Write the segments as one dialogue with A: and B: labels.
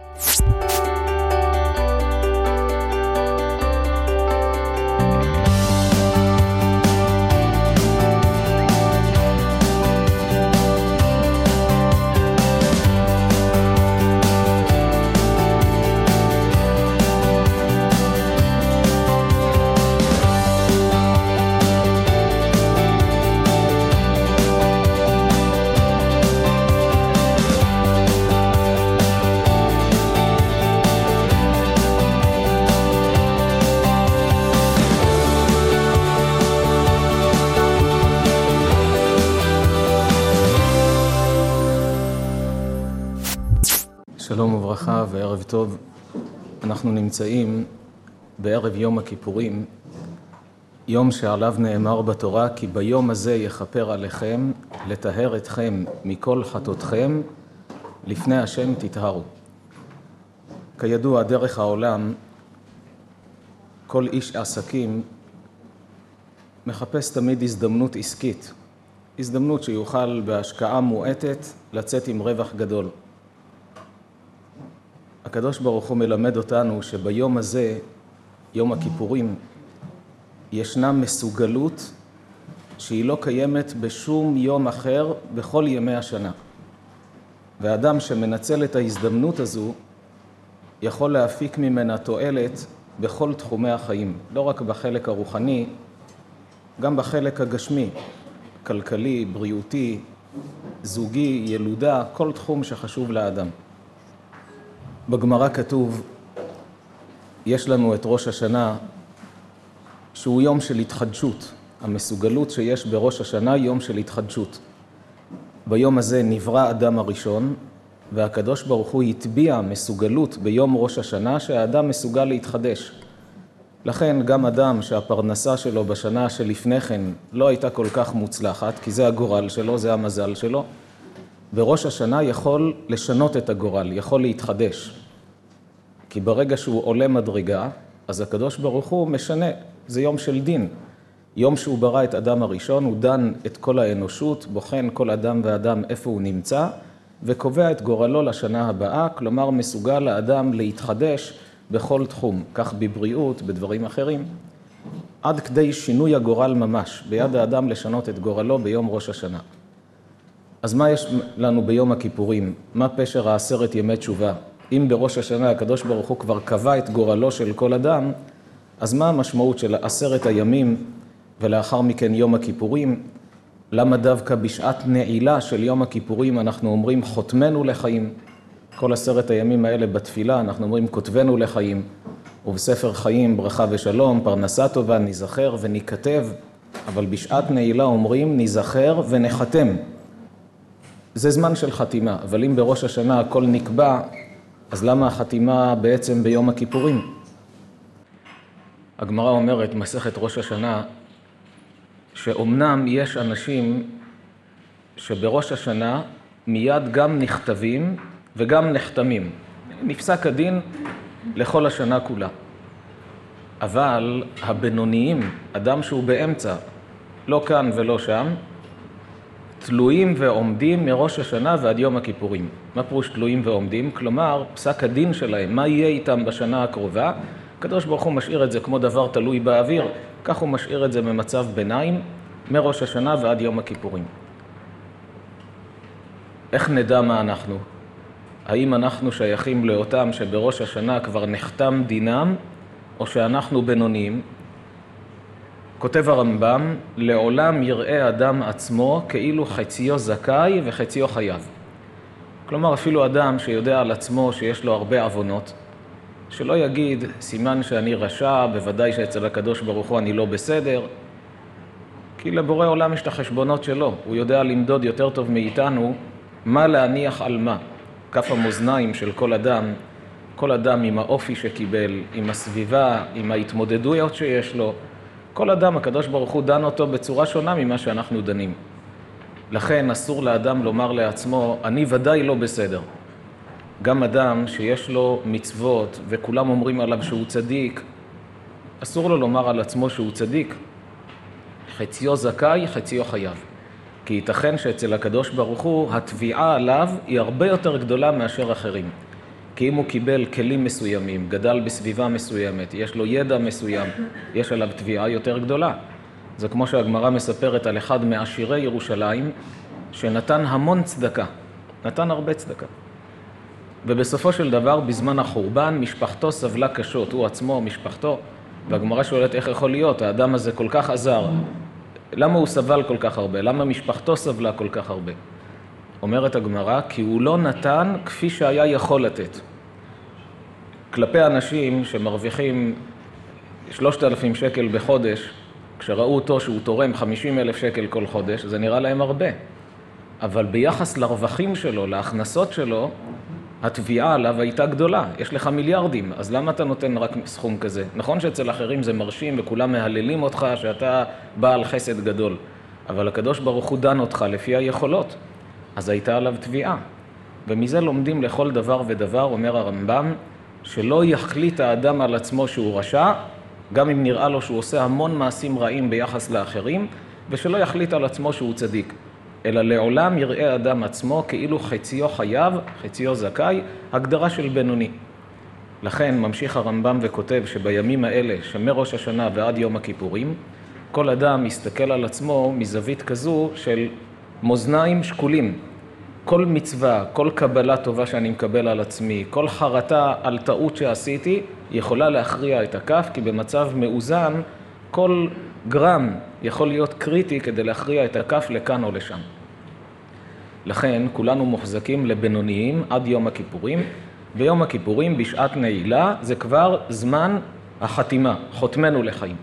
A: שלום וברכה וערב טוב. אנחנו נמצאים בערב יום הכיפורים, יום שעליו נאמר בתורה, כי ביום הזה יכפר עליכם, לטהר אתכם מכל חטאותכם, לפני השם תטהרו. כידוע, דרך העולם, כל איש עסקים מחפש תמיד הזדמנות עסקית, הזדמנות שיוכל בהשקעה מועטת לצאת עם רווח גדול. הקדוש ברוך הוא מלמד אותנו שביום הזה, יום הכיפורים, ישנה מסוגלות שהיא לא קיימת בשום יום אחר בכל ימי השנה. והאדם שמנצל את ההזדמנות הזו יכול להפיק ממנה תועלת בכל תחומי החיים, לא רק בחלק הרוחני, גם בחלק הגשמי, כלכלי, בריאותי, זוגי, ילודה, כל תחום שחשוב לאדם. בגמרא כתוב, יש לנו את ראש השנה, שהוא יום של התחדשות. המסוגלות שיש בראש השנה, יום של התחדשות. ביום הזה נברא אדם הראשון, והקדוש ברוך הוא הטביע מסוגלות ביום ראש השנה, שהאדם מסוגל להתחדש. לכן גם אדם שהפרנסה שלו בשנה שלפני כן לא הייתה כל כך מוצלחת, כי זה הגורל שלו, זה המזל שלו, בראש השנה יכול לשנות את הגורל, יכול להתחדש. כי ברגע שהוא עולה מדרגה, אז הקדוש ברוך הוא משנה, זה יום של דין. יום שהוא ברא את אדם הראשון, הוא דן את כל האנושות, בוחן כל אדם ואדם איפה הוא נמצא, וקובע את גורלו לשנה הבאה, כלומר מסוגל לאדם להתחדש בכל תחום, כך בבריאות, בדברים אחרים, עד כדי שינוי הגורל ממש, ביד האדם לשנות את גורלו ביום ראש השנה. אז מה יש לנו ביום הכיפורים? מה פשר 10 ימי תשובה? אם בראש השנה הקדוש ברוך הוא כבר קבע את גורלו של כל אדם, אז מה המשמעות של 10 הימים ולאחר מכן יום הכיפורים? למה דווקא בשעת נעילה של יום הכיפורים אנחנו אומרים חותמנו לחיים? כל 10 הימים האלה בתפילה אנחנו אומרים כותבנו לחיים, ובספר חיים ברכה ושלום, פרנסה טובה, נזכר וניכתב, אבל בשעת נעילה אומרים נזכר ונחתם. זה זמן של חתימה, אבל אם בראש השנה הכל נקבע, אז למה החתימה בעצם ביום הכיפורים? הגמרא אומרת, מסכת ראש השנה, שאומנם יש אנשים שבראש השנה מיד גם נכתבים וגם נחתמים. נפסק הדין לכל השנה כולה. אבל הבינוניים, אדם שהוא באמצע, לא כאן ולא שם, תלויים ועומדים מראש השנה ועד יום הכיפורים. מה פירוש תלויים ועומדים? כלומר, פסק הדין שלהם, מה יהיה איתם בשנה הקרובה? הקדוש ברוך הוא משאיר את זה כמו דבר תלוי באוויר, כך הוא משאיר את זה במצב ביניים, מראש השנה ועד יום הכיפורים. איך נדע מה אנחנו? האם אנחנו שייכים לאותם שבראש השנה כבר נחתם דינם, או שאנחנו בינוניים? כותב הרמב"ם, לעולם יראה אדם עצמו כאילו חציו זכאי וחציו חייב. כלומר, אפילו אדם שיודע על עצמו שיש לו הרבה עוונות, שלא יגיד, סימן שאני רשע, בוודאי שאצל הקדוש ברוך הוא אני לא בסדר, כי לבורא עולם יש את החשבונות שלו, הוא יודע למדוד יותר טוב מאיתנו מה להניח על מה. כף המאזניים של כל אדם עם האופי שקיבל, עם הסביבה, עם ההתמודדויות שיש לו, כל אדם, הקדוש ברוך הוא דן אותו בצורה שונה ממה שאנחנו דנים. לכן אסור לאדם לומר לעצמו, אני ודאי לא בסדר. גם אדם שיש לו מצוות וכולם אומרים עליו שהוא צדיק, אסור לו לומר על עצמו שהוא צדיק. חציו זכאי, חציו חייב. כי ייתכן שאצל הקדוש ברוך הוא התביעה עליו היא הרבה יותר גדולה מאשר אחרים. כי אם הוא קיבל כלים מסוימים, גדל בסביבה מסוימת, יש לו ידע מסוים, יש עליו תביעה יותר גדולה. זה כמו שהגמרא מספרת על אחד מעשירי ירושלים, שנתן המון צדקה, נתן הרבה צדקה. ובסופו של דבר, בזמן החורבן, משפחתו סבלה קשות, הוא עצמו, משפחתו, והגמרא שואלת איך יכול להיות, האדם הזה כל כך עזר, למה הוא סבל כל כך הרבה? למה משפחתו סבלה כל כך הרבה? אומרת הגמרא, כי הוא לא נתן כפי שהיה יכול לתת. כלפי אנשים שמרוויחים 3,000 שקל בחודש, כשראו אותו שהוא תורם 50,000 שקל כל חודש, זה נראה להם הרבה. אבל ביחס לרווחים שלו, להכנסות שלו, התביעה עליו הייתה גדולה. יש לך מיליארדים, אז למה אתה נותן רק סכום כזה? נכון שאצל אחרים זה מרשים וכולם מהללים אותך שאתה בעל חסד גדול. אבל הקדוש ברוך הוא דן אותך לפי היכולות. אז הייתה עליו תביעה. ומזה לומדים לכל דבר ודבר, אומר הרמב"ם, שלא יחליט האדם על עצמו שהוא רשע, גם אם נראה לו שהוא עושה המון מעשים רעים ביחס לאחרים, ושלא יחליט על עצמו שהוא צדיק. אלא לעולם יראה אדם עצמו כאילו חציו חייב, חציו זכאי, הגדרה של בינוני. לכן ממשיך הרמב"ם וכותב שבימים האלה, שמראש השנה ועד יום הכיפורים, כל אדם מסתכל על עצמו מזווית כזו של מאזניים שקולים. כל מצווה, כל קבלה טובה שאני מקבל על עצמי, כל חרטה על טעות שעשיתי, יכולה להכריע את הכף, כי במצב מאוזן, כל גרם יכול להיות קריטי כדי להכריע את הכף לכאן או לשם. לכן כולנו מוחזקים לבינוניים עד יום הכיפורים. ביום הכיפורים בשעת נעילה זה כבר זמן החתימה, חותמנו לחיים.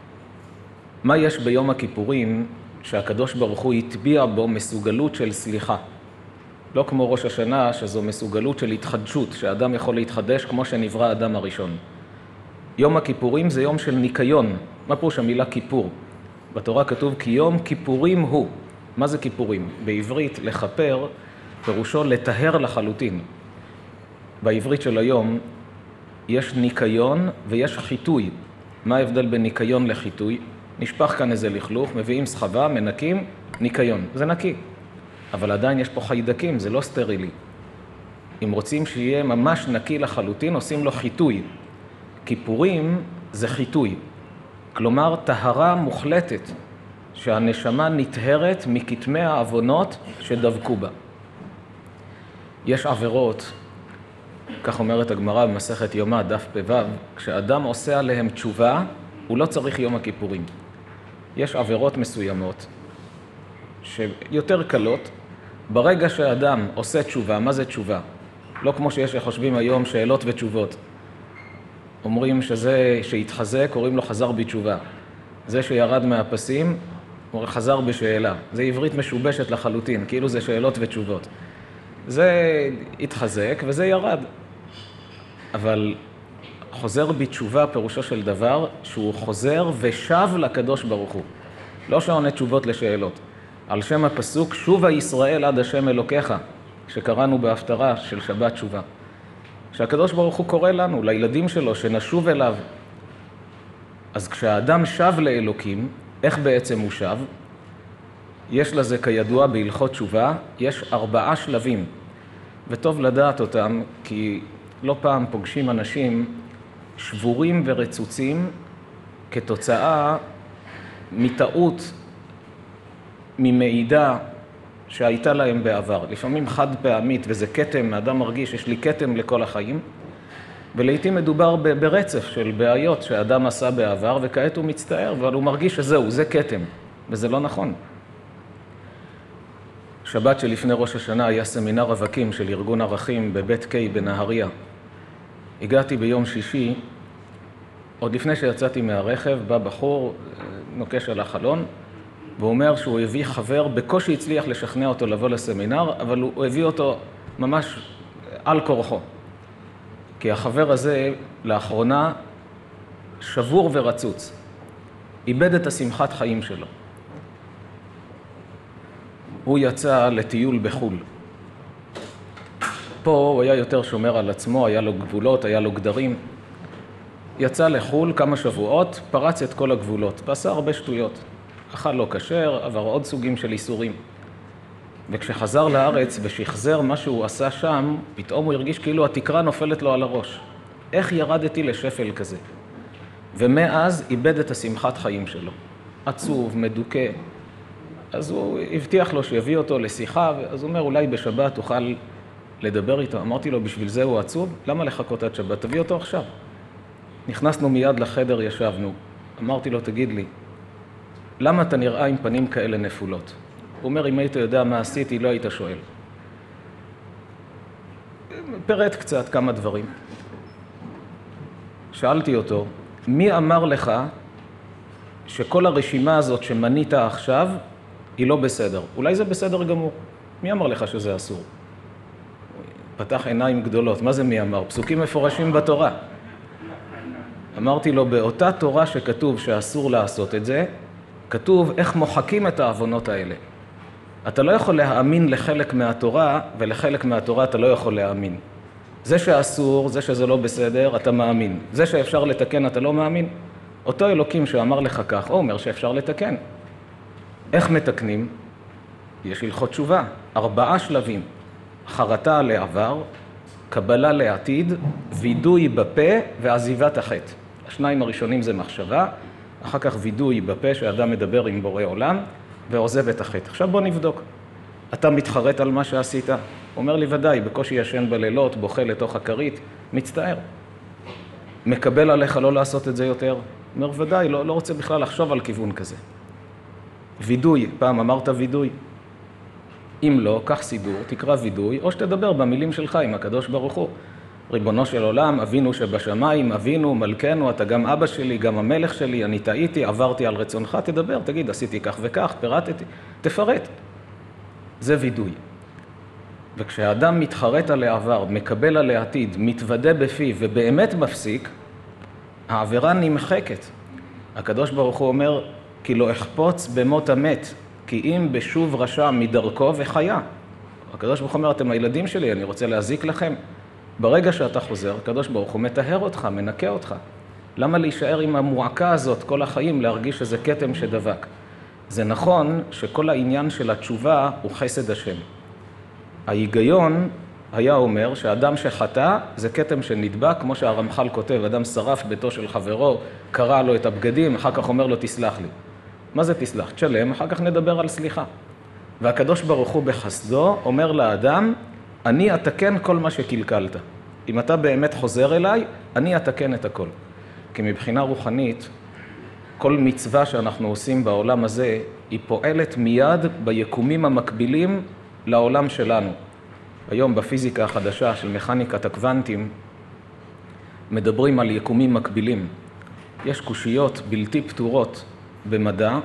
A: מה יש ביום הכיפורים שהקדוש ברוך הוא יטביע בו מסוגלות של סליחה? לא כמו ראש השנה שזו מסוגלות של התחדשות, שהאדם יכול להתחדש כמו שנברא האדם הראשון. יום הכיפורים זה יום של ניקיון. מה פירוש המילה כיפור? בתורה כתוב כי יום כיפורים הוא. מה זה כיפורים? בעברית לכפר פירושו לטהר לחלוטין. בעברית של היום יש ניקיון ויש חיטוי. מה ההבדל בין ניקיון לחיטוי? נשפך כאן איזה לכלוך, מביאים סחבה, מנקים, ניקיון. זה נקי. אבל עדיין יש פה חיידקים, זה לא סטרילי. אם רוצים שיהיה ממש נקי לחלוטין, עושים לו חיטוי. כיפורים זה חיטוי. כלומר, טהרה מוחלטת, שהנשמה נטהרת מכתמי העוונות שדבקו בה. יש עבירות, כך אומרת הגמרא במסכת יומא, דף פ"ו, כשאדם עושה עליהם תשובה, הוא לא צריך יום הכיפורים. יש עבירות מסוימות שיותר קלות, ברגע שהאדם עושה תשובה, מה זה תשובה? לא כמו שיש שחושבים היום שאלות ותשובות. אומרים שזה שהתחזק, קוראים לו חזר בתשובה. זה שירד מהפסים, הוא חזר בשאלה. זה עברית משובשת לחלוטין, כאילו זה שאלות ותשובות. זה התחזק וזה ירד. אבל חוזר בתשובה פירושו של דבר שהוא חוזר ושב לקדוש ברוך הוא. לא שעונה תשובות לשאלות. על שם הפסוק, שובה ישראל עד השם אלוקיך, שקראנו בהפטרה של שבת תשובה. שהקדוש ברוך הוא קורא לנו, לילדים שלו, שנשוב אליו. אז כשהאדם שב לאלוקים, איך בעצם הוא שב? יש לזה כידוע בהלכות תשובה, יש 4 שלבים. וטוב לדעת אותם, כי לא פעם פוגשים אנשים שבורים ורצוצים כתוצאה מטעות, ממעידה שהייתה להם בעבר. לפעמים חד פעמית, וזה כתם, האדם מרגיש, יש לי כתם לכל החיים. ולעיתים מדובר ברצף של בעיות שהאדם עשה בעבר, וכעת הוא מצטער, אבל הוא מרגיש שזהו, זה כתם. וזה לא נכון. שבת שלפני ראש השנה היה סמינר רווקים של ארגון ערכים בבית קיי בנהריה. הגעתי ביום שישי, עוד לפני שיצאתי מהרכב, בא בחור, נוקש על החלון, והוא אומר שהוא הביא חבר, בקושי הצליח לשכנע אותו לבוא לסמינר, אבל הוא הביא אותו ממש על כורחו. כי החבר הזה לאחרונה שבור ורצוץ, איבד את השמחת חיים שלו. הוא יצא לטיול בחול. פה הוא היה יותר שומר על עצמו, היה לו גבולות, היה לו גדרים. יצא לחול כמה שבועות, פרץ את כל הגבולות, ועשה הרבה שטויות. אכל לא כשר, עבר עוד סוגים של איסורים. וכשחזר לארץ ושחזר מה שהוא עשה שם, פתאום הוא הרגיש כאילו התקרה נופלת לו על הראש. איך ירדתי לשפל כזה? ומאז איבד את השמחת חיים שלו. עצוב, מדוכא. אז הוא הבטיח לו שיביא אותו לשיחה, אז הוא אומר, אולי בשבת תוכל לדבר איתו. אמרתי לו, בשביל זה הוא עצוב? למה לחכות עד שבת? תביא אותו עכשיו. נכנסנו מיד לחדר, ישבנו. אמרתי לו, תגיד לי, למה אתה נראה עם פנים כאלה נפולות? הוא אומר, אם היית יודע מה עשיתי, לא היית שואל. פירט קצת כמה דברים. שאלתי אותו, מי אמר לך שכל הרשימה הזאת שמנית עכשיו היא לא בסדר? אולי זה בסדר גמור. מי אמר לך שזה אסור? פתח עיניים גדולות. מה זה מי אמר? פסוקים מפורשים בתורה. אמרתי לו, באותה תורה שכתוב שאסור לעשות את זה, כתוב איך מוחקים את העוונות האלה. אתה לא יכול להאמין לחלק מהתורה, ולחלק מהתורה אתה לא יכול להאמין. זה שאסור, זה שזה לא בסדר, אתה מאמין. זה שאפשר לתקן, אתה לא מאמין. אותו אלוקים שאמר לך כך, הוא אומר שאפשר לתקן. איך מתקנים? יש הלכות תשובה, 4 שלבים. חרטה לעבר, קבלה לעתיד, וידוי בפה ועזיבת החטא. השניים הראשונים זה מחשבה, אחר כך וידוי בפה שאדם מדבר עם בורא עולם, ועוזב את החטא. עכשיו בוא נבדוק. אתה מתחרט על מה שעשית? אומר לי, ודאי, בקושי ישן בלילות, בוכה לתוך הכרית, מצטער. מקבל עליך לא לעשות את זה יותר? אומר, ודאי, לא רוצה בכלל לחשוב על כיוון כזה. וידוי, פעם אמרת וידוי? אם לא, קח סידור, תקרא וידוי, או שתדבר במילים שלך עם הקדוש ברוך הוא. ריבונו של עולם, אבינו שבשמיים, אבינו, מלכנו, אתה גם אבא שלי, גם המלך שלי, אני טעיתי, עברתי על רצונך, תדבר, תגיד, עשיתי כך וכך, פירטתי, תפרט. זה וידוי. וכשהאדם מתחרט על העבר, מקבל על העתיד, מתוודה בפיו ובאמת מפסיק, העבירה נמחקת. הקדוש ברוך הוא אומר, כי לא אחפוץ במות המת, כי אם בשוב רשע מדרכו וחיה. הקדוש ברוך הוא אומר, אתם הילדים שלי, אני רוצה להזיק לכם. ברגע שאתה חוזר, הקדוש ברוך הוא מטהר אותך, מנקה אותך. למה להישאר עם המועקה הזאת כל החיים, להרגיש שזה כתם שדבק? זה נכון שכל העניין של התשובה הוא חסד השם. ההיגיון היה אומר שאדם שחטא זה כתם שנדבק, כמו שהרמח"ל כותב, אדם שרף ביתו של חברו, קרע לו את הבגדים, אחר כך אומר לו תסלח לי. מה זה תסלח? תשלם, אחר כך נדבר על סליחה. והקדוש ברוך הוא בחסדו אומר לאדם, אני אתקן כל מה שקלקלת. אם אתה באמת חוזר אליי, אני אתקן את הכל. כי מבחינה רוחנית, כל מצווה שאנחנו עושים בעולם הזה, היא פועלת מיד ביקומים המקבילים לעולם שלנו. היום בפיזיקה החדשה של מכניקת הקוונטים, מדברים על יקומים מקבילים. יש קושיות בלתי פתורות במדע,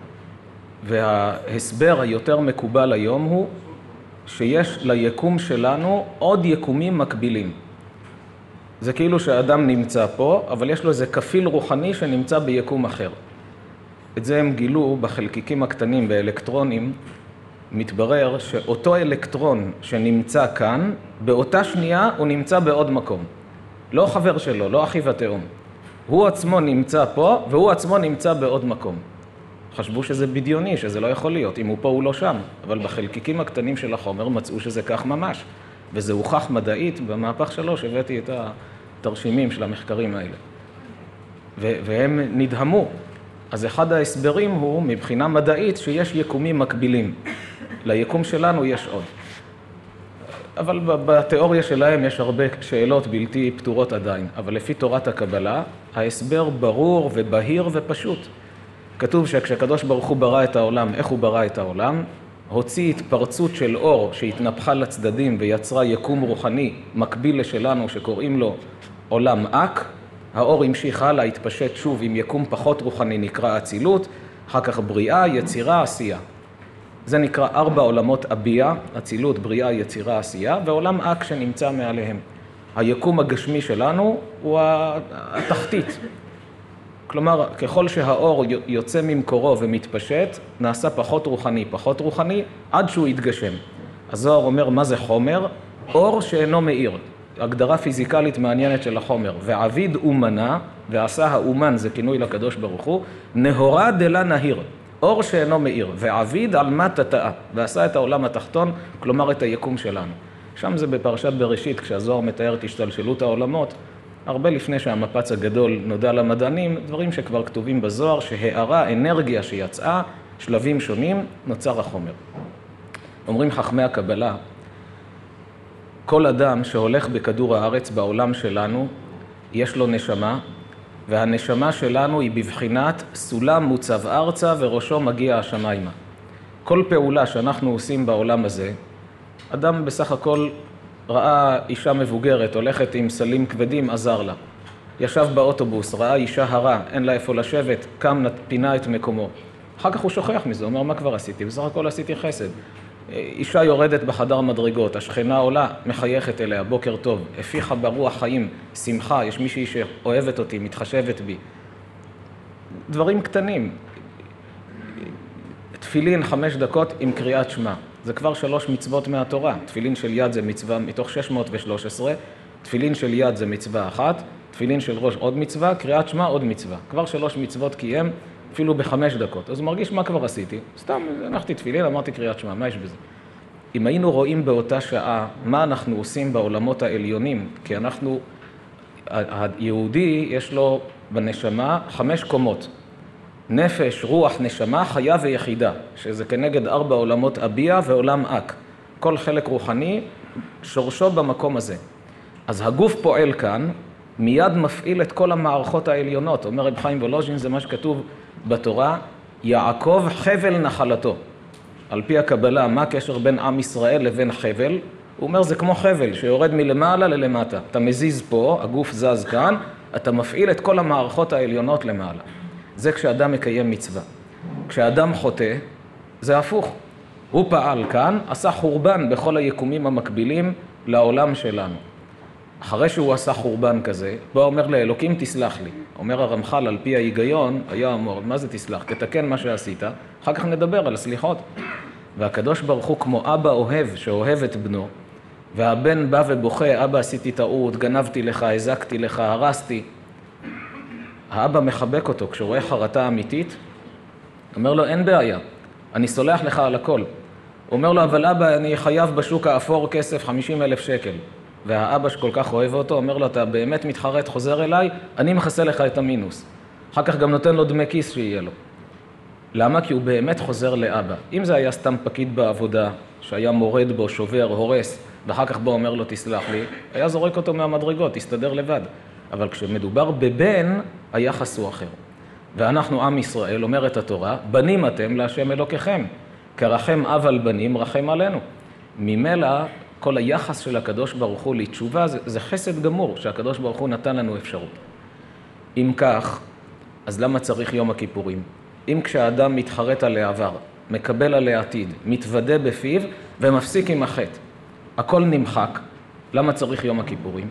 A: וההסבר היותר מקובל היום הוא שיש ליקום שלנו עוד יקומים מקבילים. זה כאילו שהאדם נמצא פה, אבל יש לו איזה כפיל רוחני שנמצא ביקום אחר. את זה הם גילו בחלקיקים הקטנים, באלקטרונים. מתברר שאותו אלקטרון שנמצא כאן, באותה שנייה הוא נמצא בעוד מקום. לא חבר שלו, לא אחיו התאום. הוא עצמו נמצא פה, והוא עצמו נמצא בעוד מקום. חשבו שזה בדיוני, שזה לא יכול להיות, אם הוא פה הוא לא שם. אבל בחלקיקים הקטנים של החומר מצאו שזה כך ממש. וזה הוכח מדעית, במהפך 3 הבאתי את התרשימים של המחקרים האלה. והם נדהמו. אז אחד ההסברים הוא, מבחינה מדעית, שיש יקומים מקבילים. ליקום שלנו יש עוד. אבל בתיאוריה שלהם יש הרבה שאלות בלתי פתורות עדיין. אבל לפי תורת הקבלה, ההסבר ברור ובהיר ופשוט. כתוב שכשהקדוש ברוך הוא ברא את העולם, איך הוא ברא את העולם? הוציא התפרצות של אור שהתנפחה לצדדים ויצרה יקום רוחני מקביל לשלנו שקוראים לו עולם אק. האור המשיך הלאה, התפשט שוב עם יקום פחות רוחני נקרא אצילות, אחר כך בריאה, יצירה, עשייה. זה נקרא 4 עולמות אביה, אצילות, בריאה, יצירה, עשייה, ועולם אק שנמצא מעליהם. היקום הגשמי שלנו הוא התחתית. כלומר, ככל שהאור יוצא ממקורו ומתפשט, נעשה פחות רוחני, עד שהוא יתגשם. הזוהר אומר, מה זה חומר? אור שאינו מאיר. הגדרה פיזיקלית מעניינת של החומר. ועביד אומנה, ועשה האומן, זה כינוי לקדוש ברוך הוא, נהורה דלה נהיר. אור שאינו מאיר, ועביד על מה תטעה, ועשה את העולם התחתון, כלומר את היקום שלנו. שם זה בפרשת בראשית, כשהזוהר מתאר את השתלשלות העולמות, הרבה לפני שהמפץ הגדול נודע למדענים, דברים שכבר כתובים בזוהר, שהארה אנרגיה שיצאה, שלבים שונים, נוצר החומר. אומרים חכמי הקבלה, כל אדם שהולך בכדור הארץ בעולם שלנו, יש לו נשמה, והנשמה שלנו היא בבחינת סולם מוצב ארצה וראשו מגיע השמיימה. כל פעולה שאנחנו עושים בעולם הזה, אדם בסך הכל ראה אישה מבוגרת, הולכת עם סלים כבדים, עזר לה. ישב באוטובוס, ראה אישה הרה, אין לה איפה לשבת, קם, פינה את מקומו. אחר כך הוא שוכח מזה, אומר, מה כבר עשיתי? בסך הכל עשיתי חסד. אישה יורדת בחדר מדרגות, השכנה עולה, מחייכת אליה, בוקר טוב, הפיחה ברוח חיים, שמחה, יש מישהי שאוהבת אותי, מתחשבת בי. דברים קטנים. תפילין 5 דקות עם קריאת שמע. זה כבר 3 מצוות מהתורה. תפילין של יד זה מצווה מתוך 613, תפילין של יד זה מצווה 1, תפילין של ראש עוד מצווה, קריאת שמע עוד מצווה. כבר 3 מצוות קיים, אפילו ב5 דקות. אז הוא מרגיש מה כבר עשיתי. סתם הנחתי תפילין, אמרתי קריאת שמע, מה יש בזה? אם היינו רואים באותה שעה מה אנחנו עושים בעולמות העליונים, כי אנחנו, היהודי יש לו בנשמה 5 קומות. נפש, רוח, נשמה, חיה ויחידה, שזה כנגד 4 עולמות אביה ועולם אק. כל חלק רוחני שורשו במקום הזה. אז הגוף פועל כאן, מיד מפעיל את כל המערכות העליונות. אומר רב חיים וולוז'ין, זה מה שכתוב בתורה, יעקב חבל נחלתו. על פי הקבלה, מה הקשר בין עם ישראל לבין חבל? הוא אומר, זה כמו חבל שיורד מלמעלה ללמטה. אתה מזיז פה, הגוף זז כאן, אתה מפעיל את כל המערכות העליונות למעלה. זה כשאדם מקיים מצווה. כשאדם חוטא, זה הפוך. הוא פעל כאן, עשה חורבן בכל היקומים המקבילים לעולם שלנו. אחרי שהוא עשה חורבן כזה, בוא אומר לאלוקים תסלח לי. אומר הרמח"ל על פי ההיגיון, היה אמור, מה זה תסלח? תתקן מה שעשית, אחר כך נדבר על הסליחות. והקדוש ברוך הוא כמו אבא אוהב שאוהב את בנו, והבן בא ובוכה, אבא עשיתי טעות, גנבתי לך, הזקתי לך, הרסתי. האבא מחבק אותו כשהוא רואה חרטה אמיתית, אומר לו אין בעיה, אני סולח לך על הכל. הוא אומר לו אבל אבא אני חייב בשוק האפור כסף 50,000 שקל. והאבא שכל כך אוהב אותו אומר לו אתה באמת מתחרט חוזר אליי, אני מכסה לך את המינוס. אחר כך גם נותן לו דמי כיס שיהיה לו. למה? כי הוא באמת חוזר לאבא. אם זה היה סתם פקיד בעבודה שהיה מורד בו, שובר, הורס, ואחר כך בו אומר לו תסלח לי, היה זורק אותו מהמדרגות, תסתדר לבד. אבל כשמדובר בבן, היחס הוא אחר. ואנחנו עם ישראל, אומרת התורה, בנים אתם להשם אלוקיכם, כרחם אב על בנים, רחם עלינו. ממילא כל היחס של הקדוש ברוך הוא לתשובה, זה חסד גמור שהקדוש ברוך הוא נתן לנו אפשרות. אם כך, אז למה צריך יום הכיפורים? אם כשהאדם מתחרט על העבר, מקבל על העתיד, מתוודה בפיו ומפסיק עם החטא, הכל נמחק, למה צריך יום הכיפורים?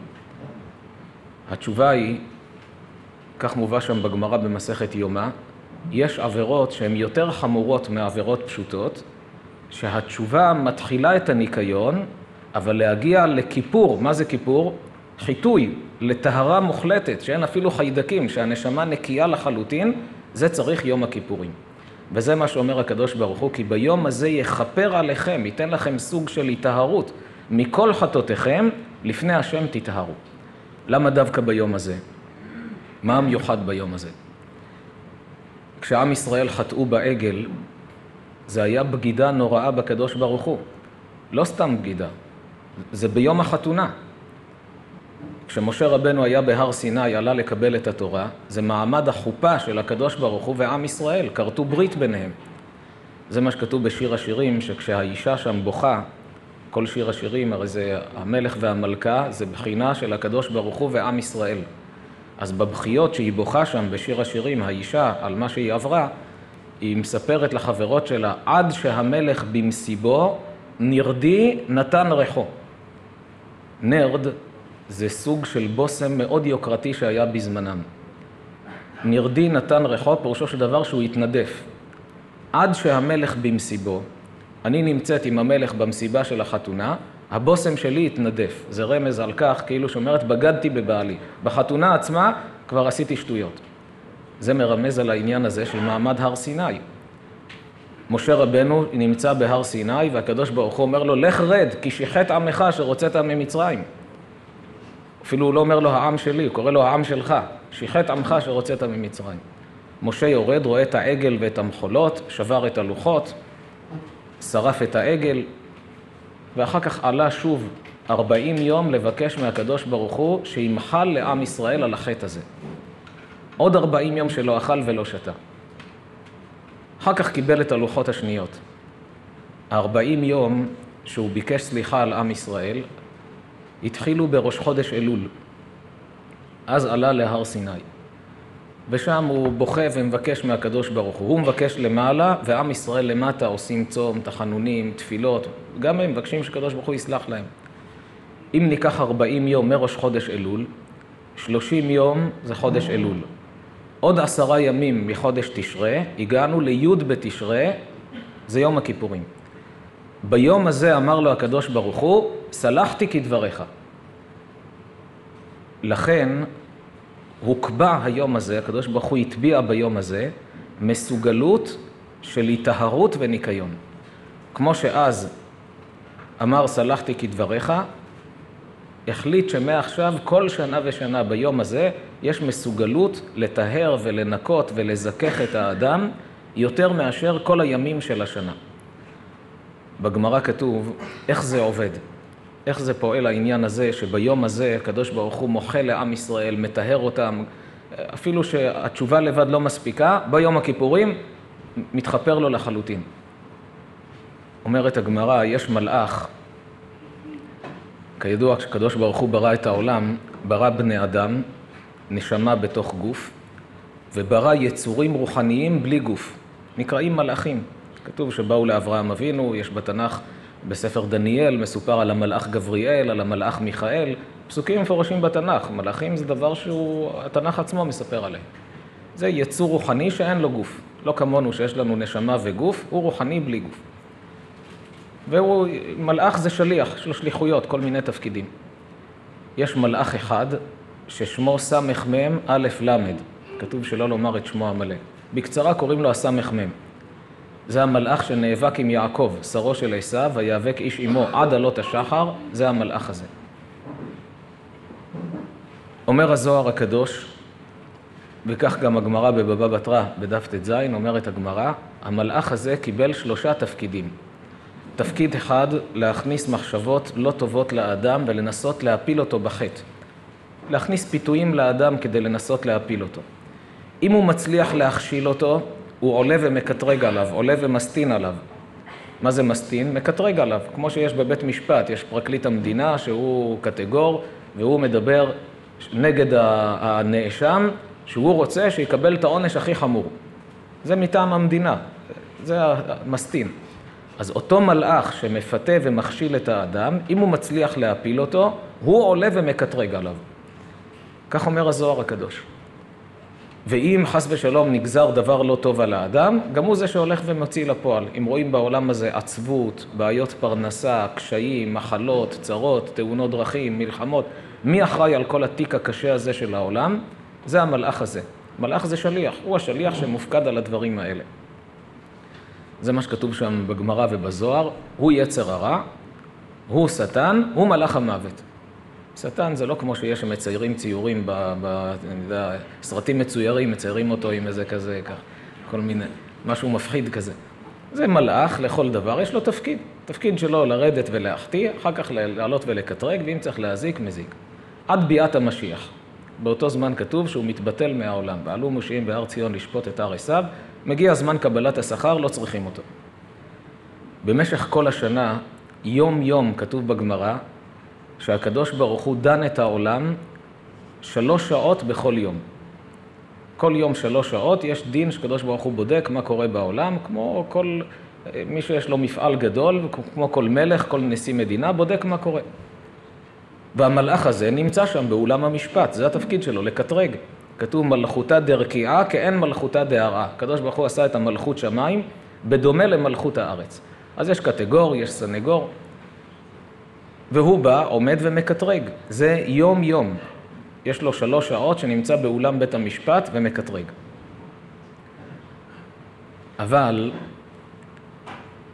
A: התשובה היא, כך מובא שם בגמרא במסכת יומא, יש עבירות שהן יותר חמורות מעבירות פשוטות, שהתשובה מתחילה את הניקיון, אבל להגיע לכיפור, מה זה כיפור? חיטוי, לטהרה מוחלטת, שאין אפילו חיידקים, שהנשמה נקייה לחלוטין, זה צריך יום הכיפורים. וזה מה שאומר הקדוש ברוך הוא, כי ביום הזה יכפר עליכם, ייתן לכם סוג של התהרות, מכל חטאותיכם, לפני השם תטהרו. למה דווקא ביום הזה? מה המיוחד ביום הזה? כשעם ישראל חטאו בעגל, זה היה בגידה נוראה בקדוש ברוך הוא. לא סתם בגידה, זה ביום החתונה. כשמשה רבנו היה בהר סיני, עלה לקבל את התורה, זה מעמד החופה של הקדוש ברוך הוא ועם ישראל, כרתו ברית ביניהם. זה מה שכתוב בשיר השירים, שכשהאישה שם בוכה, כל שיר השירים, הרי זה המלך והמלכה, זה בחינה של הקדוש ברוך הוא ועם ישראל. אז בבחיות שהיא בוכה שם בשיר השירים, האישה, על מה שהיא עברה, היא מספרת לחברות שלה, עד שהמלך במסיבו, נרדי נתן ריחו. נרד זה סוג של בושם מאוד יוקרתי שהיה בזמנם. נרדי נתן ריחו, פירושו של דבר שהוא התנדף. עד שהמלך במסיבו, אני נמצאת עם המלך במסיבה של החתונה, הבושם שלי התנדף. זה רמז על כך, כאילו שאומרת, בגדתי בבעלי. בחתונה עצמה כבר עשיתי שטויות. זה מרמז על העניין הזה של מעמד הר סיני. משה רבנו נמצא בהר סיני, והקדוש ברוך הוא אומר לו, לך רד, כי שיחת עמך שרוצאת ממצרים. אפילו הוא לא אומר לו העם שלי, הוא קורא לו העם שלך, שיחת עמך שרוצאת ממצרים. משה יורד, רואה את העגל ואת המחולות, שבר את הלוחות, שרף את העגל, ואחר כך עלה שוב 40 יום לבקש מהקדוש ברוך הוא שימחל לעם ישראל על החטא הזה. עוד 40 יום שלא אכל ולא שתה. אחר כך קיבל את הלוחות השניות. 40 יום שהוא ביקש סליחה על עם ישראל, התחילו בראש חודש אלול. אז עלה להר סיני. ושם הוא בוכה ומבקש מהקדוש ברוך הוא. הוא מבקש למעלה, ועם ישראל למטה עושים צום, תחנונים, תפילות. גם הם מבקשים שקדוש ברוך הוא יסלח להם. אם ניקח 40 יום מראש חודש אלול, 30 יום זה חודש אלול. עוד 10 ימים מחודש תשרה, הגענו לי' בתשרה, זה יום הכיפורים. ביום הזה אמר לו הקדוש ברוך הוא, סלחתי כדבריך. לכן הוקבע היום הזה, הקדוש ברוך הוא הטביע ביום הזה, מסוגלות של היטהרות וניקיון. כמו שאז אמר סלחתי כדבריך, החליט שמעכשיו כל שנה ושנה ביום הזה יש מסוגלות לטהר ולנקות ולזכך את האדם יותר מאשר כל הימים של השנה. בגמרא כתוב איך זה עובד, איך זה פועל העניין הזה שביום הזה הקדוש ברוך הוא מוחל לעם ישראל, מטהר אותם, אפילו שהתשובה לבד לא מספיקה, ביום הכיפורים מתחפר לו לחלוטין. אומרת הגמרא, יש מלאך, כידוע כשקדוש ברוך הוא ברא את העולם, ברא בני אדם, נשמה בתוך גוף, וברא יצורים רוחניים בלי גוף, נקראים מלאכים. כתוב שבאו לאברהם אבינו, יש בתנ"ך בספר דניאל, מסופר על המלאך גבריאל, על המלאך מיכאל, פסוקים מפורשים בתנ"ך, מלאכים זה דבר שהתנ"ך עצמו מספר עליהם. זה יצור רוחני שאין לו גוף, לא כמונו שיש לנו נשמה וגוף, הוא רוחני בלי גוף. והוא, מלאך זה שליח, יש לו שליחויות, כל מיני תפקידים. יש מלאך אחד ששמו סמך מם א' למד, כתוב שלא לומר את שמו המלא. בקצרה קוראים לו הסמך מם. זה המלאך שנאבק עם יעקב, שרו של עשיו, ויאבק איש עמו עד עלות השחר, זה המלאך הזה. אומר הזוהר הקדוש, וכך גם הגמרא בבבא בתרא, בדף ט"ז, אומרת הגמרא, המלאך הזה קיבל 3 תפקידים. תפקיד אחד, להכניס מחשבות לא טובות לאדם ולנסות להפיל אותו בחטא. להכניס פיתויים לאדם כדי לנסות להפיל אותו. אם הוא מצליח להכשיל אותו, הוא עולה ומקטרג עליו, עולה ומסטין עליו. מה זה מסטין? מקטרג עליו. כמו שיש בבית משפט, יש פרקליט המדינה שהוא קטגור, והוא מדבר נגד הנאשם, שהוא רוצה שיקבל את העונש הכי חמור. זה מטעם המדינה, זה המסטין. אז אותו מלאך שמפתה ומכשיל את האדם, אם הוא מצליח להפיל אותו, הוא עולה ומקטרג עליו. כך אומר הזוהר הקדוש. ואם חס ושלום נגזר דבר לא טוב על האדם, גם הוא זה שהולך ומוציא לפועל. אם רואים בעולם הזה עצבות, בעיות פרנסה, קשיים, מחלות, צרות, תאונות דרכים, מלחמות, מי אחראי על כל התיק הקשה הזה של העולם? זה המלאך הזה. מלאך זה שליח, הוא השליח שמופקד על הדברים האלה. זה מה שכתוב שם בגמרא ובזוהר, הוא יצר הרע, הוא שטן, הוא מלאך המוות. שטן זה לא כמו שיש שמציירים ציורים, סרטים מצוירים, מציירים אותו עם איזה כזה, כך, כל מיני, משהו מפחיד כזה. זה מלאך לכל דבר, יש לו תפקיד. תפקיד שלו לרדת ולהחטיא, אחר כך לעלות ולקטרג, ואם צריך להזיק, מזיק. עד ביאת המשיח. באותו זמן כתוב שהוא מתבטל מהעולם. ועלו מושיעים בהר ציון לשפוט את הר עשיו, מגיע זמן קבלת השכר, לא צריכים אותו. במשך כל השנה, יום יום כתוב בגמרא, שהקדוש ברוך הוא דן את העולם 3 שעות בכל יום. כל יום 3 שעות יש דין שקדוש ברוך הוא בודק מה קורה בעולם, כמו כל מי שיש לו מפעל גדול, כמו כל מלך, כל נשיא מדינה, בודק מה קורה. והמלאך הזה נמצא שם באולם המשפט, זה התפקיד שלו, לקטרג. כתוב מלכותה דרקיעה כאין מלכותה דהרעה. הקדוש ברוך הוא עשה את המלכות שמיים בדומה למלכות הארץ. אז יש קטגור, יש סנגור, והוא בא, עומד ומקטרג. זה יום יום. יש לו 3 שעות שנמצא באולם בית המשפט ומקטרג. אבל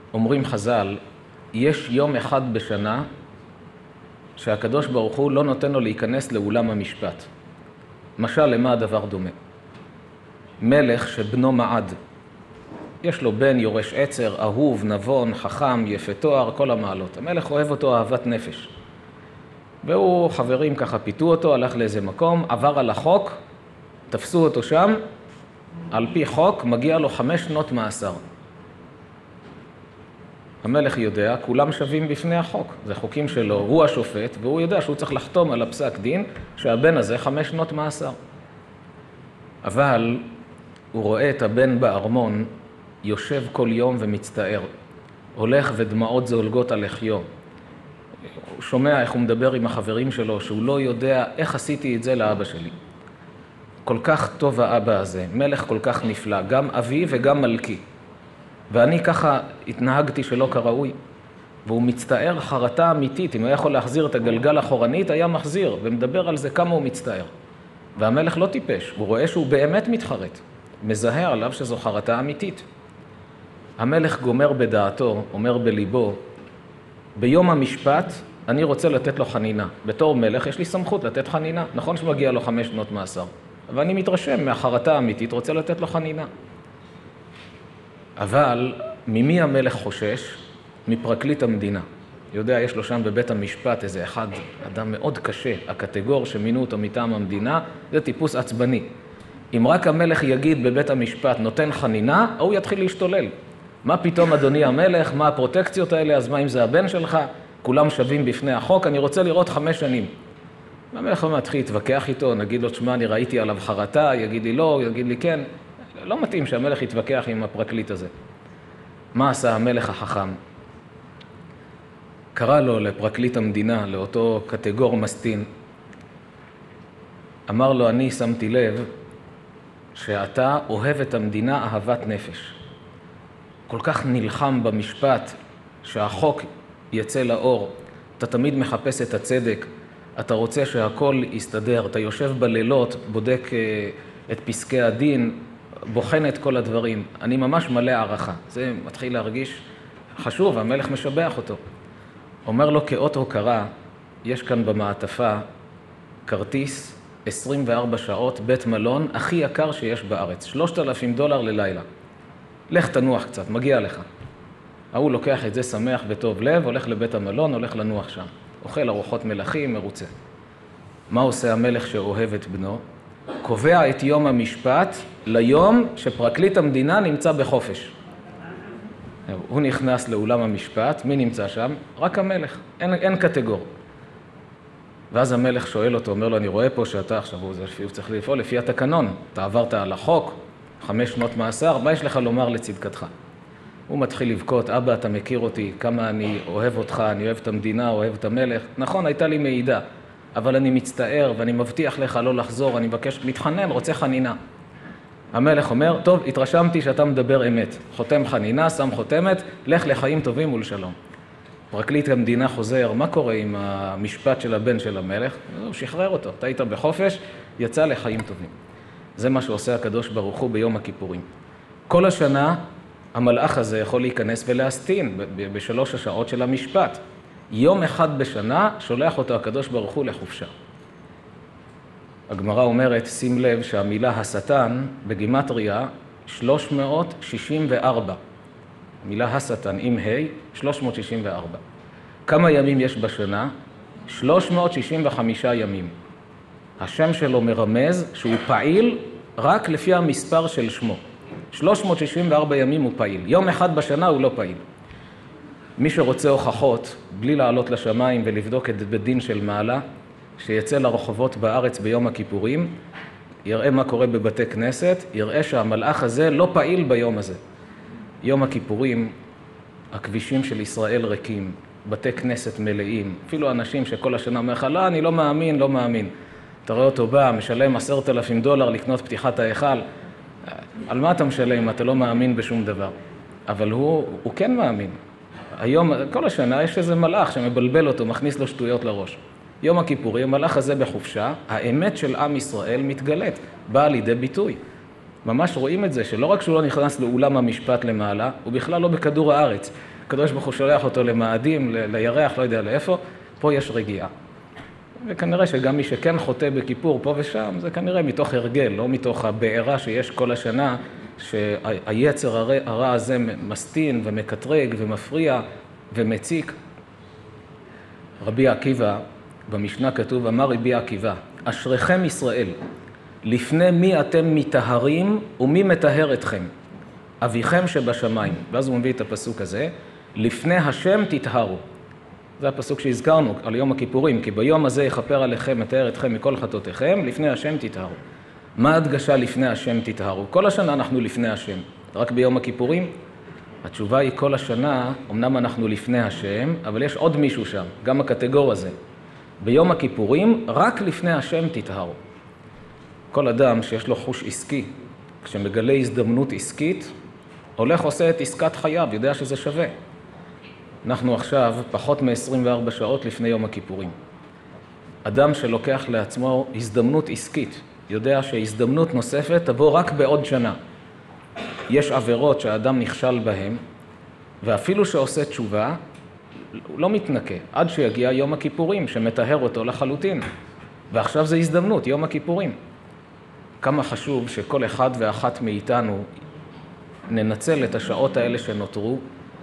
A: אומרים חז"ל, יש יום אחד בשנה שהקדוש ברוך הוא לא נותן לו להיכנס לאולם המשפט. משל למה הדבר דומה? מלך שבנו מעד. יש לו בן יורש עצר, אהוב, נבון, חכם, יפה תואר, כל המעלות. המלך אוהב אותו אהבת נפש. והוא, חברים ככה פיתו אותו, הלך לאיזה מקום, עבר על החוק, תפסו אותו שם, על פי חוק מגיע לו 5 שנות מאסר. המלך יודע, כולם שווים בפני החוק. זה חוקים שלו, הוא השופט, והוא יודע שהוא צריך לחתום על הפסק דין שהבן הזה 5 שנות מאסר. אבל הוא רואה את הבן בארמון, יושב כל יום ומצטער. הולך ודמעות זולגות על לחיו. הוא שומע איך הוא מדבר עם החברים שלו, שהוא לא יודע איך עשיתי את זה לאבא שלי. כל כך טוב האבא הזה, מלך כל כך נפלא, גם אבי וגם מלכי. ואני ככה התנהגתי שלא כראוי. והוא מצטער חרטה אמיתית, אם הוא יכול להחזיר את הגלגל אחורנית, היה מחזיר, ומדבר על זה כמה הוא מצטער. והמלך לא טיפש, הוא רואה שהוא באמת מתחרט. מזהה עליו שזו חרטה אמיתית. המלך גומר בדעתו, אומר בליבו, ביום המשפט אני רוצה לתת לו חנינה. בתור מלך יש לי סמכות לתת חנינה. נכון שמגיע לו 5 שנות מאסר. אבל אני מתרשם מהחרטה האמיתית, רוצה לתת לו חנינה. אבל ממי המלך חושש? מפרקליט המדינה. יודע, יש לו שם בבית המשפט איזה אחד, אדם מאוד קשה, הקטגור שמינו אותו מטעם המדינה, זה טיפוס עצבני. אם רק המלך יגיד בבית המשפט נותן חנינה, הוא יתחיל להשתולל. מה פתאום אדוני המלך, מה הפרוטקציות האלה, אז מה אם זה הבן שלך? כולם שווים בפני החוק, אני רוצה לראות 5 שנים. המלך מתחיל להתווכח איתו, נגיד לו, תשמע, אני ראיתי עליו חרטה, יגיד לי לא, יגיד לי כן. לא מתאים שהמלך יתווכח עם הפרקליט הזה. מה עשה המלך החכם? קרא לו לפרקליט המדינה, לאותו קטגור מסטין. אמר לו, אני שמתי לב שאתה אוהב את המדינה אהבת נפש. כל כך נלחם במשפט שהחוק יצא לאור. אתה תמיד מחפש את הצדק. אתה רוצה שהכל יסתדר. אתה יושב בלילות, בודק את פסקי הדין, בוחן את כל הדברים. אני ממש מלא הערכה. זה מתחיל להרגיש חשוב, המלך משבח אותו. אומר לו כאות הוקרה, יש כאן במעטפה כרטיס 24 שעות, בית מלון, הכי יקר שיש בארץ, $3,000 ללילה. לך תנוח קצת, מגיע לך. הוא לוקח את זה שמח בטוב לב, הולך לבית המלון, הולך לנוח שם. אוכל ארוחות מלכים, מרוצה. מה עושה המלך שאוהב את בנו? קובע את יום המשפט ליום שפרקליט המדינה נמצא בחופש. הוא נכנס לאולם המשפט, מי נמצא שם? רק המלך, אין קטגור. ואז המלך שואל אותו, אומר לו, אני רואה פה שאתה עכשיו, הוא צריך לפעול לפי התקנון, אתה עברת על החוק, 5 שנות מאסר, מה יש לך לומר לצדקתך? הוא מתחיל לבכות, אבא, אתה מכיר אותי, כמה אני אוהב אותך, אני אוהב את המדינה, אוהב את המלך. נכון, הייתה לי מעידה, אבל אני מצטער ואני מבטיח לך לא לחזור, אני מבקש, מתחנן, רוצה חנינה. המלך אומר, טוב, התרשמתי שאתה מדבר אמת. חותם חנינה, שם חותמת, לך לחיים טובים ולשלום. פרקליט המדינה חוזר, מה קורה עם המשפט של הבן של המלך? הוא שחרר אותו, אתה היית בחופש, יצא לחיים טובים. זה מה שעושה הקדוש ברוך הוא ביום הכיפורים. כל השנה המלאך הזה יכול להיכנס ולהסטין ב3 השעות של המשפט. יום אחד בשנה שולח אותו הקדוש ברוך הוא לחופשה. הגמרא אומרת, שים לב שהמילה השטן בגימטריה 364. המילה השטן עם ה' 364. כמה ימים יש בשנה? 365 ימים. השם שלו מרמז שהוא פעיל רק לפי המספר של שמו. 364 ימים הוא פעיל. יום אחד בשנה הוא לא פעיל. מי שרוצה הוכחות, בלי לעלות לשמיים ולבדוק את בדין של מעלה, שיצא לרחובות בארץ ביום הכיפורים, יראה מה קורה בבתי כנסת, יראה שהמלאך הזה לא פעיל ביום הזה. יום הכיפורים, הכבישים של ישראל ריקים, בתי כנסת מלאים, אפילו אנשים שכל השנה אומר לך, לא, אני לא מאמין, לא מאמין. אתה רואה אותו בא, משלם $10,000 לקנות פתיחת ההיכל. על מה אתה משלם? אתה לא מאמין בשום דבר. אבל הוא כן מאמין. היום, כל השנה יש איזה מלאך שמבלבל אותו, מכניס לו שטויות לראש. יום הכיפורים, המלאך הזה בחופשה, האמת של עם ישראל מתגלית, באה לידי ביטוי. ממש רואים את זה, שלא רק שהוא לא נכנס לאולם המשפט למעלה, הוא בכלל לא בכדור הארץ. הקדוש ברוך הוא שולח אותו למאדים, לירח, לא יודע לאיפה, פה יש רגיעה. וכנראה שגם מי שכן חוטא בכיפור פה ושם, זה כנראה מתוך הרגל, לא מתוך הבעירה שיש כל השנה, שהיצר הרע הזה מסטין ומקטרג ומפריע ומציק. רבי עקיבא, במשנה כתוב, אמר רבי עקיבא, אשריכם ישראל, לפני מי אתם מטהרים ומי מטהר אתכם? אביכם שבשמיים. ואז הוא מביא את הפסוק הזה, לפני השם תטהרו. זה הפסוק שהזכרנו על יום הכיפורים, כי ביום הזה יכפר עליכם, מטהר אתכם מכל חטאותיכם, לפני השם תטהרו. מה הדגשה לפני השם תטהרו? כל השנה אנחנו לפני השם, רק ביום הכיפורים? התשובה היא כל השנה, אמנם אנחנו לפני השם, אבל יש עוד מישהו שם, גם הקטגור הזה. ביום הכיפורים, רק לפני השם תטהרו. כל אדם שיש לו חוש עסקי, כשמגלה הזדמנות עסקית, הולך עושה את עסקת חייו, יודע שזה שווה. אנחנו עכשיו פחות מ-24 שעות לפני יום הכיפורים. אדם שלוקח לעצמו הזדמנות עסקית, יודע שהזדמנות נוספת תבוא רק בעוד שנה. יש עבירות שהאדם נכשל בהן, ואפילו שעושה תשובה, הוא לא מתנקה, עד שיגיע יום הכיפורים, שמטהר אותו לחלוטין. ועכשיו זה הזדמנות, יום הכיפורים. כמה חשוב שכל אחד ואחת מאיתנו ננצל את השעות האלה שנותרו,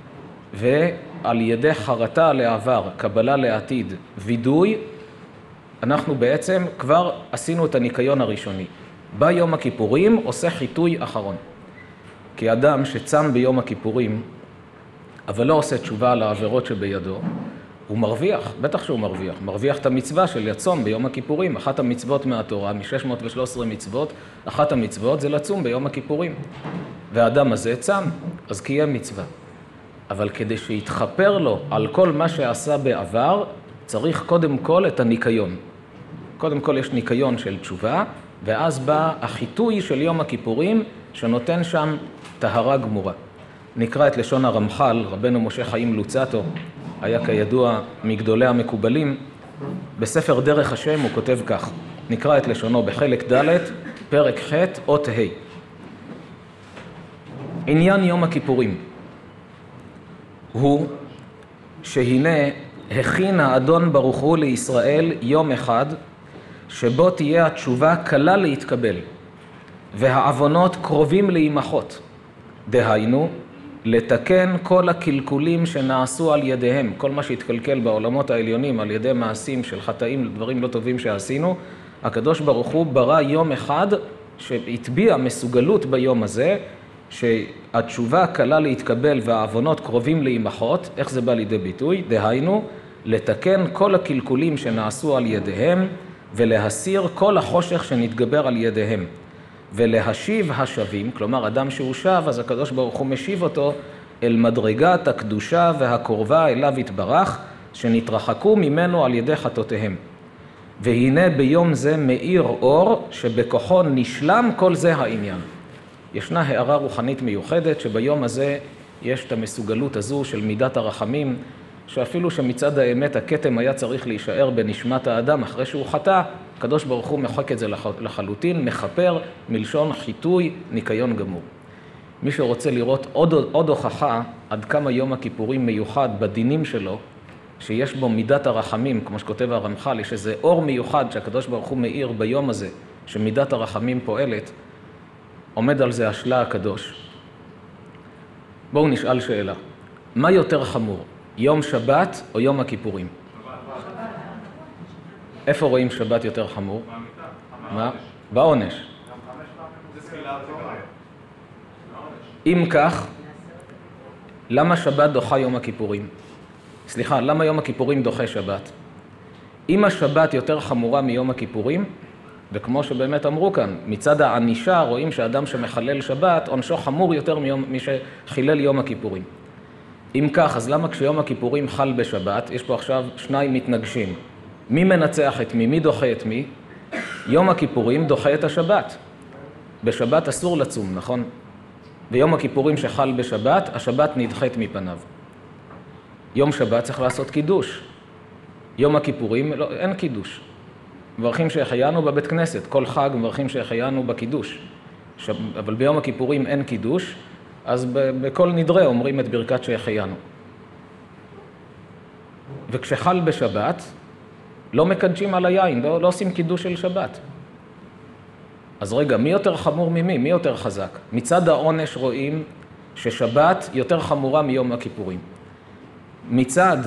A: ועל ידי חרטה לעבר, קבלה לעתיד, וידוי, אנחנו בעצם כבר עשינו את הניקיון הראשוני. ביום הכיפורים עושה חיטוי אחרון. כי אדם שצם ביום הכיפורים, אבל לא עושה תשובה על העבירות שבידו, הוא מרוויח, בטח שהוא מרוויח. מרוויח את המצווה של לצום ביום הכיפורים. אחת המצוות מהתורה, מ-613 מצוות, אחת המצוות זה לצום ביום הכיפורים. והאדם הזה צם, אז קיים מצווה. אבל כדי שיתחפר לו על כל מה שעשה בעבר, צריך קודם כל את הניקיון. קודם כל יש ניקיון של תשובה, ואז בא החיטוי של יום הכיפורים, שנותן שם טהרה גמורה. נקרא את לשון הרמח"ל, רבנו משה חיים לוצאטו, היה כידוע מגדולי המקובלים. בספר דרך השם הוא כותב כך, נקרא את לשונו בחלק ד', פרק ח', אות ה'. עניין יום הכיפורים הוא שהנה הכין האדון ברוך הוא לישראל יום אחד, שבו תהיה התשובה קלה להתקבל, והעוונות קרובים להימחות. דהיינו, לתקן כל הקלקולים שנעשו על ידיהם, כל מה שהתקלקל בעולמות העליונים על ידי מעשים של חטאים, דברים לא טובים שעשינו, הקדוש ברוך הוא ברא יום אחד שהטביע מסוגלות ביום הזה, שהתשובה קלה להתקבל והעוונות קרובים להימחות. איך זה בא לידי ביטוי? דהיינו, לתקן כל הקלקולים שנעשו על ידיהם, ולהסיר כל החושך שנתגבר על ידיהם. ולהשיב השבים, כלומר אדם שהוא שב, אז הקדוש ברוך הוא משיב אותו אל מדרגת הקדושה והקורבה אליו יתברך, שנתרחקו ממנו על ידי חטאותיהם. והנה ביום זה מאיר אור, שבכוחו נשלם כל זה העניין. ישנה הערה רוחנית מיוחדת שביום הזה יש את המסוגלות הזו של מידת הרחמים, שאפילו שמצד האמת הכתם היה צריך להישאר בנשמת האדם אחרי שהוא חטא, הקדוש ברוך הוא מחק את זה לחלוטין, מחפר, מלשון חיטוי, ניקיון גמור. מי שרוצה לראות עוד הוכחה עד כמה יום הכיפורים מיוחד בדינים שלו, שיש בו מידת הרחמים, כמו שכותב הרמח"ל, יש איזה אור מיוחד שהקדוש ברוך הוא מאיר ביום הזה, שמידת הרחמים פועלת, עומד על זה השלה הקדוש. בואו נשאל שאלה, מה יותר חמור, יום שבת או יום הכיפורים? איפה רואים שבת יותר חמור? מה? בעונש. אם כך, למה שבת דוחה יום הכיפורים? סליחה, למה יום הכיפורים דוחה שבת? אם השבת יותר חמורה מיום הכיפורים, וכמו שבאמת אמרו כאן, מצד הענישה רואים שאדם שמחלל שבת, עונשו חמור יותר ממי שחילל יום הכיפורים. אם כך, אז למה כשיום הכיפורים חל בשבת, יש פה עכשיו שניים מתנגשים. מי מנצח את מי? מי דוחה את מי? יום הכיפורים דוחה את השבת. בשבת אסור לצום, נכון? ויום הכיפורים שחל בשבת, השבת נדחית מפניו. יום שבת צריך לעשות קידוש. יום הכיפורים, לא, אין קידוש. מברכים שהחיינו בבית כנסת, כל חג מברכים שהחיינו בקידוש. אבל ביום הכיפורים אין קידוש, אז בכל נדרה אומרים את ברכת שהחיינו. וכשחל בשבת, לא מקדשים על היין, לא עושים קידוש של שבת. אז רגע, מי יותר חמור ממי? מי יותר חזק? מצד העונש רואים ששבת יותר חמורה מיום הכיפורים. מצד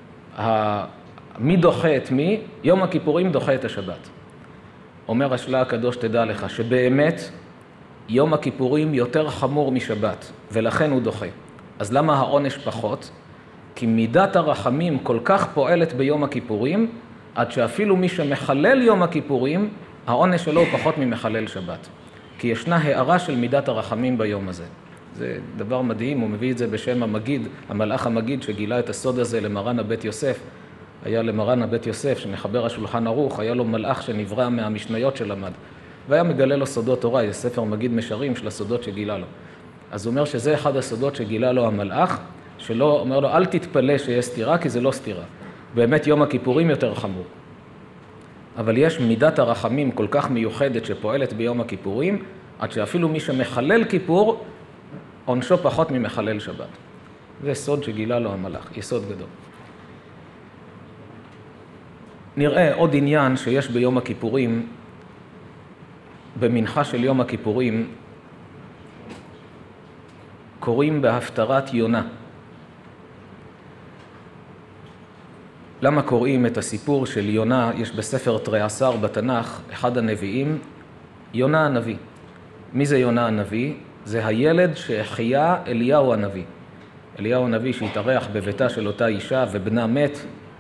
A: מי דוחה את מי? יום הכיפורים דוחה את השבת. אומר השלה הקדוש, תדע לך, שבאמת יום הכיפורים יותר חמור משבת, ולכן הוא דוחה. אז למה העונש פחות? כי מידת הרחמים כל כך פועלת ביום הכיפורים, עד שאפילו מי שמחלל יום הכיפורים, העונש שלו הוא פחות ממחלל שבת. כי ישנה הערה של מידת הרחמים ביום הזה. זה דבר מדהים, הוא מביא את זה בשם המגיד, המלאך המגיד שגילה את הסוד הזה למרן הבית יוסף. היה למרן הבית יוסף שמחבר השולחן ערוך, היה לו מלאך שנברא מהמשניות שלמד. והיה מגלה לו סודות תורה, יש ספר מגיד משרים של הסודות שגילה לו. אז הוא אומר שזה אחד הסודות שגילה לו המלאך, שלא אומר לו, אל תתפלא שיש סתירה, כי זה לא סתירה. באמת יום הכיפורים יותר חמור. אבל יש מידת הרחמים כל כך מיוחדת שפועלת ביום הכיפורים, עד שאפילו מי שמחלל כיפור, עונשו פחות ממחלל שבת. זה סוד שגילה לו המלאך, יסוד גדול. נראה עוד עניין שיש ביום הכיפורים, במנחה של יום הכיפורים, קוראים בהפטרת יונה. למה קוראים את הסיפור של יונה? יש בספר תריעשר בתנ"ך, אחד הנביאים, יונה הנביא. מי זה יונה הנביא? זה הילד שהחיה אליהו הנביא. אליהו הנביא שהתארח בביתה של אותה אישה ובנה מת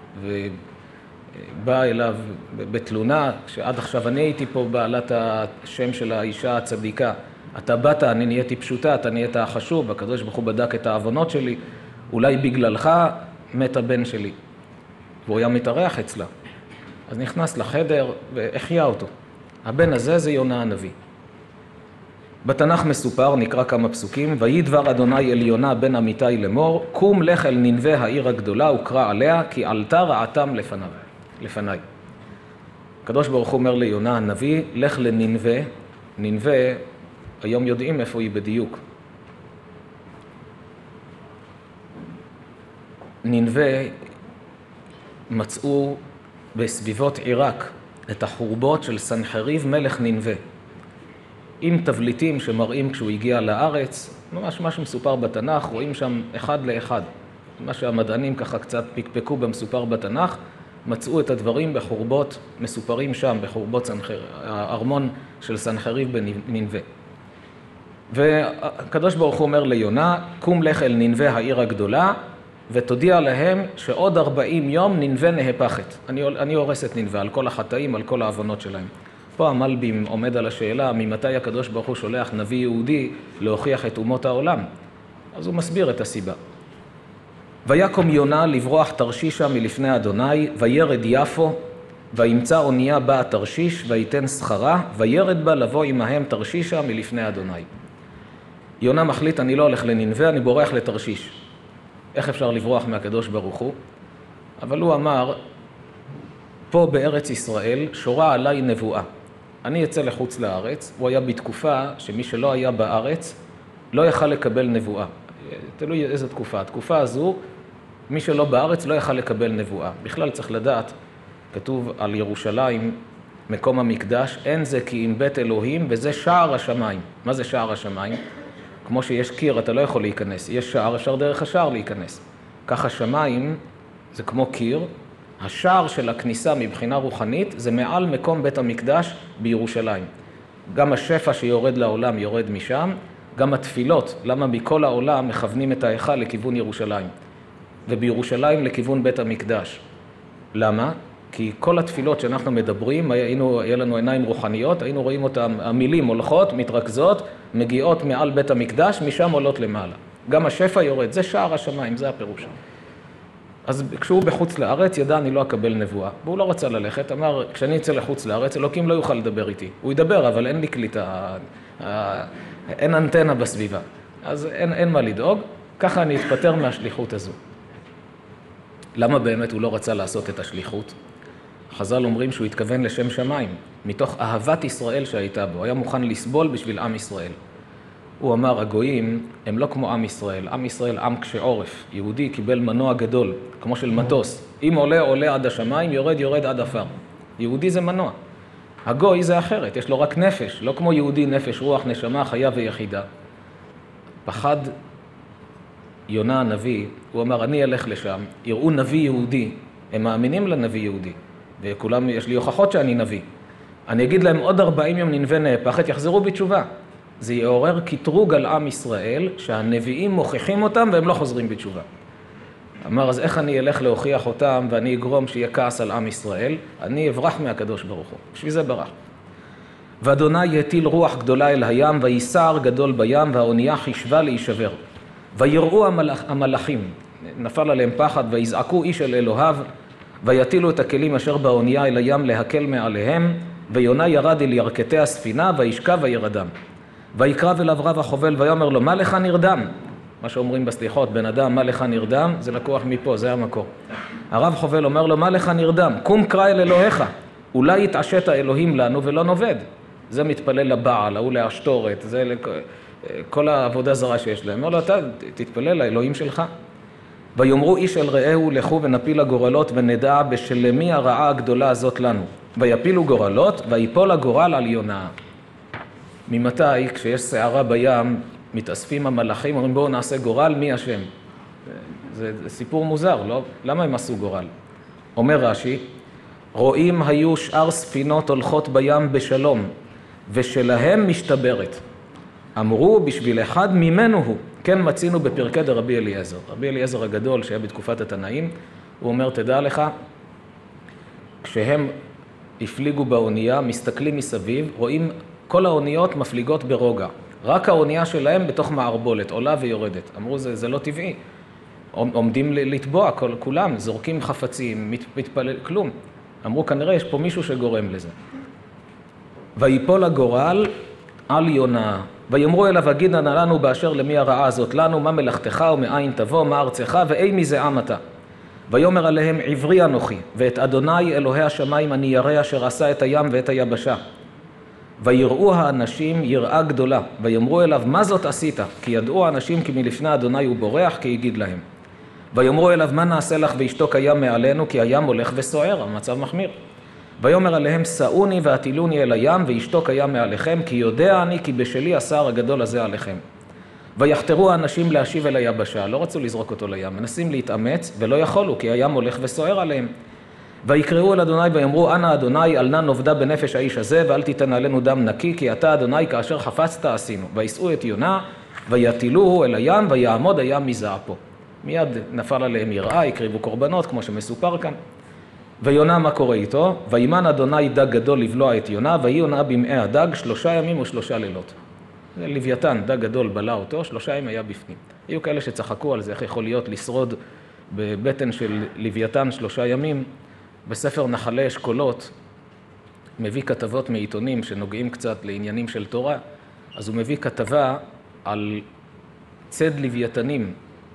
A: ובא אליו בתלונה, שעד עכשיו אני הייתי פה בעלת השם של האישה הצדיקה. אתה באת, אני נהייתי פשוטה, אתה נהיית החשוב, הקדוש ברוך הוא בדק את העוונות שלי, אולי בגללך מת הבן שלי. והוא היה מתארח אצלה. אז נכנס לחדר והחיה אותו. הבן הזה זה יונה הנביא. בתנ"ך מסופר, נקרא כמה פסוקים, ויהי דבר אדוני אל יונה בן אמיתי לאמור, קום לך אל נינווה העיר הגדולה וקרא עליה, כי עלתה רעתם לפניי. הקדוש ברוך הוא אומר ליונה הנביא, לך לנינווה. נינווה, היום יודעים איפה היא בדיוק. נינווה מצאו בסביבות עיראק את החורבות של סנחריב מלך נינווה. עם תבליטים שמראים כשהוא הגיע לארץ, ממש מה שמסופר בתנ"ך, רואים שם אחד לאחד. מה שהמדענים ככה קצת פקפקו במסופר בתנ"ך, מצאו את הדברים בחורבות, מסופרים שם, בחורבות הארמון של סנחריב בנינווה. והקדוש ברוך הוא אומר ליונה, קום לך אל נינווה העיר הגדולה, ותודיע להם שעוד 40 יום נינווה נהפכת. אני הורס את נינווה על כל החטאים, על כל העוונות שלהם. פה המלבים עומד על השאלה, ממתי הקדוש ברוך הוא שולח נביא יהודי להוכיח את אומות העולם. אז הוא מסביר את הסיבה. ויקום יונה לברוח תרשישה מלפני אדוני, וירד יפו, וימצא אונייה באה תרשיש, ויתן שכרה, וירד בה לבוא עמהם תרשישה מלפני אדוני. יונה מחליט, אני לא הולך לנינווה, אני בורח לתרשיש. איך אפשר לברוח מהקדוש ברוך הוא? אבל הוא אמר, פה בארץ ישראל שורה עליי נבואה. אני אצא לחוץ לארץ, הוא היה בתקופה שמי שלא היה בארץ לא יכל לקבל נבואה. תלוי איזו תקופה. התקופה הזו, מי שלא בארץ לא יכל לקבל נבואה. בכלל צריך לדעת, כתוב על ירושלים, מקום המקדש, אין זה כי אם בית אלוהים, וזה שער השמיים. מה זה שער השמיים? כמו שיש קיר, אתה לא יכול להיכנס. יש שער, אפשר דרך השער להיכנס. ככה שמיים זה כמו קיר. השער של הכניסה מבחינה רוחנית זה מעל מקום בית המקדש בירושלים. גם השפע שיורד לעולם יורד משם, גם התפילות, למה מכל העולם מכוונים את ההיכל לכיוון ירושלים, ובירושלים לכיוון בית המקדש. למה? כי כל התפילות שאנחנו מדברים, היה לנו עיניים רוחניות, היינו רואים אותם, המילים הולכות, מתרכזות, מגיעות מעל בית המקדש, משם עולות למעלה. גם השפע יורד, זה שער השמיים, זה הפירוש. אז כשהוא בחוץ לארץ, ידע אני לא אקבל נבואה. והוא לא רצה ללכת, אמר, כשאני אצא לחוץ לארץ, אלוקים לא יוכל לדבר איתי. הוא ידבר, אבל אין לי קליטה, אין אנטנה בסביבה. אז אין מה לדאוג, ככה אני אתפטר מהשליחות הזו. למה באמת הוא לא רצה לעשות את השליחות? חז"ל אומרים שהוא התכוון לשם שמיים, מתוך אהבת ישראל שהייתה בו. היה מוכן לסבול בשביל עם ישראל. הוא אמר, הגויים הם לא כמו עם ישראל. עם ישראל עם קשה עורף. יהודי קיבל מנוע גדול, כמו של מטוס. אם עולה, עולה עד השמיים, יורד, יורד עד עפר. יהודי זה מנוע. הגוי זה אחרת, יש לו רק נפש, לא כמו יהודי נפש, רוח, נשמה, חיה ויחידה. פחד יונה הנביא, הוא אמר, אני אלך לשם, יראו נביא יהודי, הם מאמינים לנביא יהודי, וכולם, יש לי הוכחות שאני נביא. אני אגיד להם עוד 40 יום ננבה נהפכת, יחזרו בתשובה. זה יעורר קטרוג על עם ישראל, שהנביאים מוכיחים אותם והם לא חוזרים בתשובה. אמר, אז איך אני אלך להוכיח אותם ואני אגרום שיהיה כעס על עם ישראל? אני אברח מהקדוש ברוך הוא. בשביל זה ברח. ואדוני יטיל רוח גדולה אל הים, ויסער גדול בים, והאונייה חישבה להישבר. ויראו המלאכים, נפל עליהם פחד, ויזעקו איש אל אלוהיו, ויטילו את הכלים אשר באונייה אל הים להקל מעליהם, ויונה ירד אל ירכתי הספינה, וישכב וירדם. ויקרב אליו רב החובל, ויאמר לו, מה לך נרדם? מה שאומרים בסליחות, בן אדם, מה לך נרדם? זה לקוח מפה, זה המקור. הרב חובל אומר לו, מה לך נרדם? קום קרא אל אלוהיך. אולי יתעשת האלוהים לנו ולא נובד. זה מתפלל לבעל, ההוא להשתורת, זה כל העבודה זרה שיש להם. אומר לו, אתה תתפלל לאלוהים שלך. ויאמרו איש אל רעהו, לכו ונפיל הגורלות ונדע בשלמי הרעה הגדולה הזאת לנו. ויפילו גורלות, ויפול הגורל על יונה. ממתי, כשיש שערה בים, מתאספים המלאכים, אומרים בואו נעשה גורל, מי השם? זה סיפור מוזר, לא? למה הם עשו גורל? אומר רש"י, רואים היו שאר ספינות הולכות בים בשלום, ושלהם משתברת. אמרו בשביל אחד ממנו הוא, כן מצינו בפרקי דרבי אליעזר. רבי אליעזר הגדול שהיה בתקופת התנאים, הוא אומר תדע לך, כשהם הפליגו באונייה, מסתכלים מסביב, רואים כל האוניות מפליגות ברוגע. רק האונייה שלהם בתוך מערבולת, עולה ויורדת. אמרו זה לא טבעי. עומדים לטבוע כולם, זורקים חפצים, מתפלל, כלום. אמרו כנראה יש פה מישהו שגורם לזה. ויפול הגורל על יונה. ויאמרו אליו הגידה נא לנו באשר למי הרעה הזאת לנו, מה מלאכתך ומאין תבוא, מה ארצך ואי מזה עם אתה. ויאמר עליהם עברי אנוכי, ואת אדוני אלוהי השמיים אני ירא אשר עשה את הים ואת היבשה. ויראו האנשים יראה גדולה, ויאמרו אליו מה זאת עשית? כי ידעו האנשים כי מלפני אדוני הוא בורח, כי יגיד להם. ויאמרו אליו מה נעשה לך וישתוק הים מעלינו, כי הים הולך וסוער, המצב מחמיר. ויאמר עליהם שאוני והטילוני אל הים, וישתוק הים מעליכם, כי יודע אני כי בשלי הסער הגדול הזה עליכם. ויחתרו האנשים להשיב אל היבשה, לא רצו לזרוק אותו לים, מנסים להתאמץ ולא יכולו, כי הים הולך וסוער עליהם. ויקראו אל אדוני ויאמרו אנא אדוני אל נא נובדה בנפש האיש הזה ואל תיתן עלינו דם נקי כי אתה אדוני כאשר חפצת עשינו. ויסעו את יונה ויטילוהו אל הים ויעמוד הים מזעפו. מיד נפל עליהם יראה, הקריבו קורבנות כמו שמסופר כאן. ויונה מה קורה איתו? וימן אדוני דג גדול לבלוע את יונה ויהי יונה במעי הדג 3 ימים ו3 לילות. לוויתן דג גדול בלע אותו, 3 ימים היה בפנים. היו כאלה שצחקו על זה, איך יכול להיות לשרוד בבטן של לוויתן 3 ימים. בספר נחלי אשכולות מביא כתבות מעיתונים שנוגעים קצת לעניינים של תורה, אז הוא מביא כתבה על צד לוויתנים,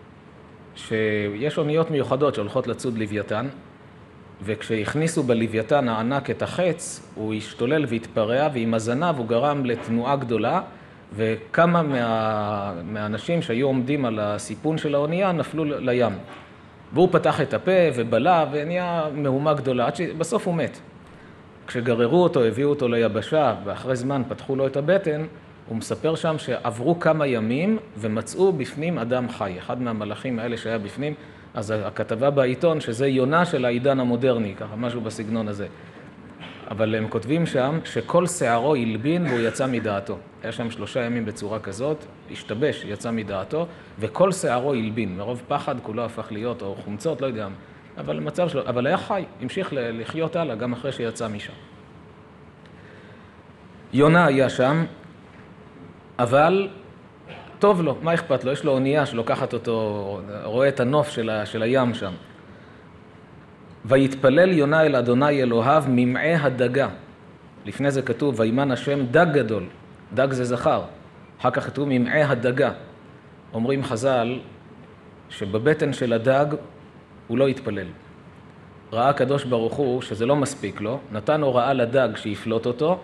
A: שיש אוניות מיוחדות שהולכות לצוד לוויתן, וכשהכניסו בלוויתן הענק את החץ, הוא השתולל והתפרע, ועם הזנב הוא גרם לתנועה גדולה, וכמה מהאנשים שהיו עומדים על הסיפון של האונייה נפלו לים. והוא פתח את הפה ובלע ונהיה מהומה גדולה, עד שבסוף הוא מת. כשגררו אותו, הביאו אותו ליבשה, ואחרי זמן פתחו לו את הבטן, הוא מספר שם שעברו כמה ימים ומצאו בפנים אדם חי. אחד מהמלאכים האלה שהיה בפנים, אז הכתבה בעיתון שזה יונה של העידן המודרני, ככה משהו בסגנון הזה. אבל הם כותבים שם שכל שערו הלבין והוא יצא מדעתו. היה שם 3 ימים בצורה כזאת, השתבש, יצא מדעתו, וכל שערו הלבין. מרוב פחד כולו הפך להיות, או חומצות, לא יודע. אבל המצב שלו, אבל היה חי, המשיך לחיות הלאה, גם אחרי שיצא משם. יונה היה שם, אבל טוב לו, מה אכפת לו? יש לו אונייה שלוקחת אותו, רואה את הנוף של הים שם. ויתפלל יונה אל אדוני אלוהיו ממעי הדגה. לפני זה כתוב, וימן השם דג גדול. דג זה זכר. אחר כך כתוב ממעי הדגה. אומרים חז"ל שבבטן של הדג הוא לא יתפלל. ראה הקדוש ברוך הוא שזה לא מספיק לו, נתן הוראה לדג שיפלוט אותו,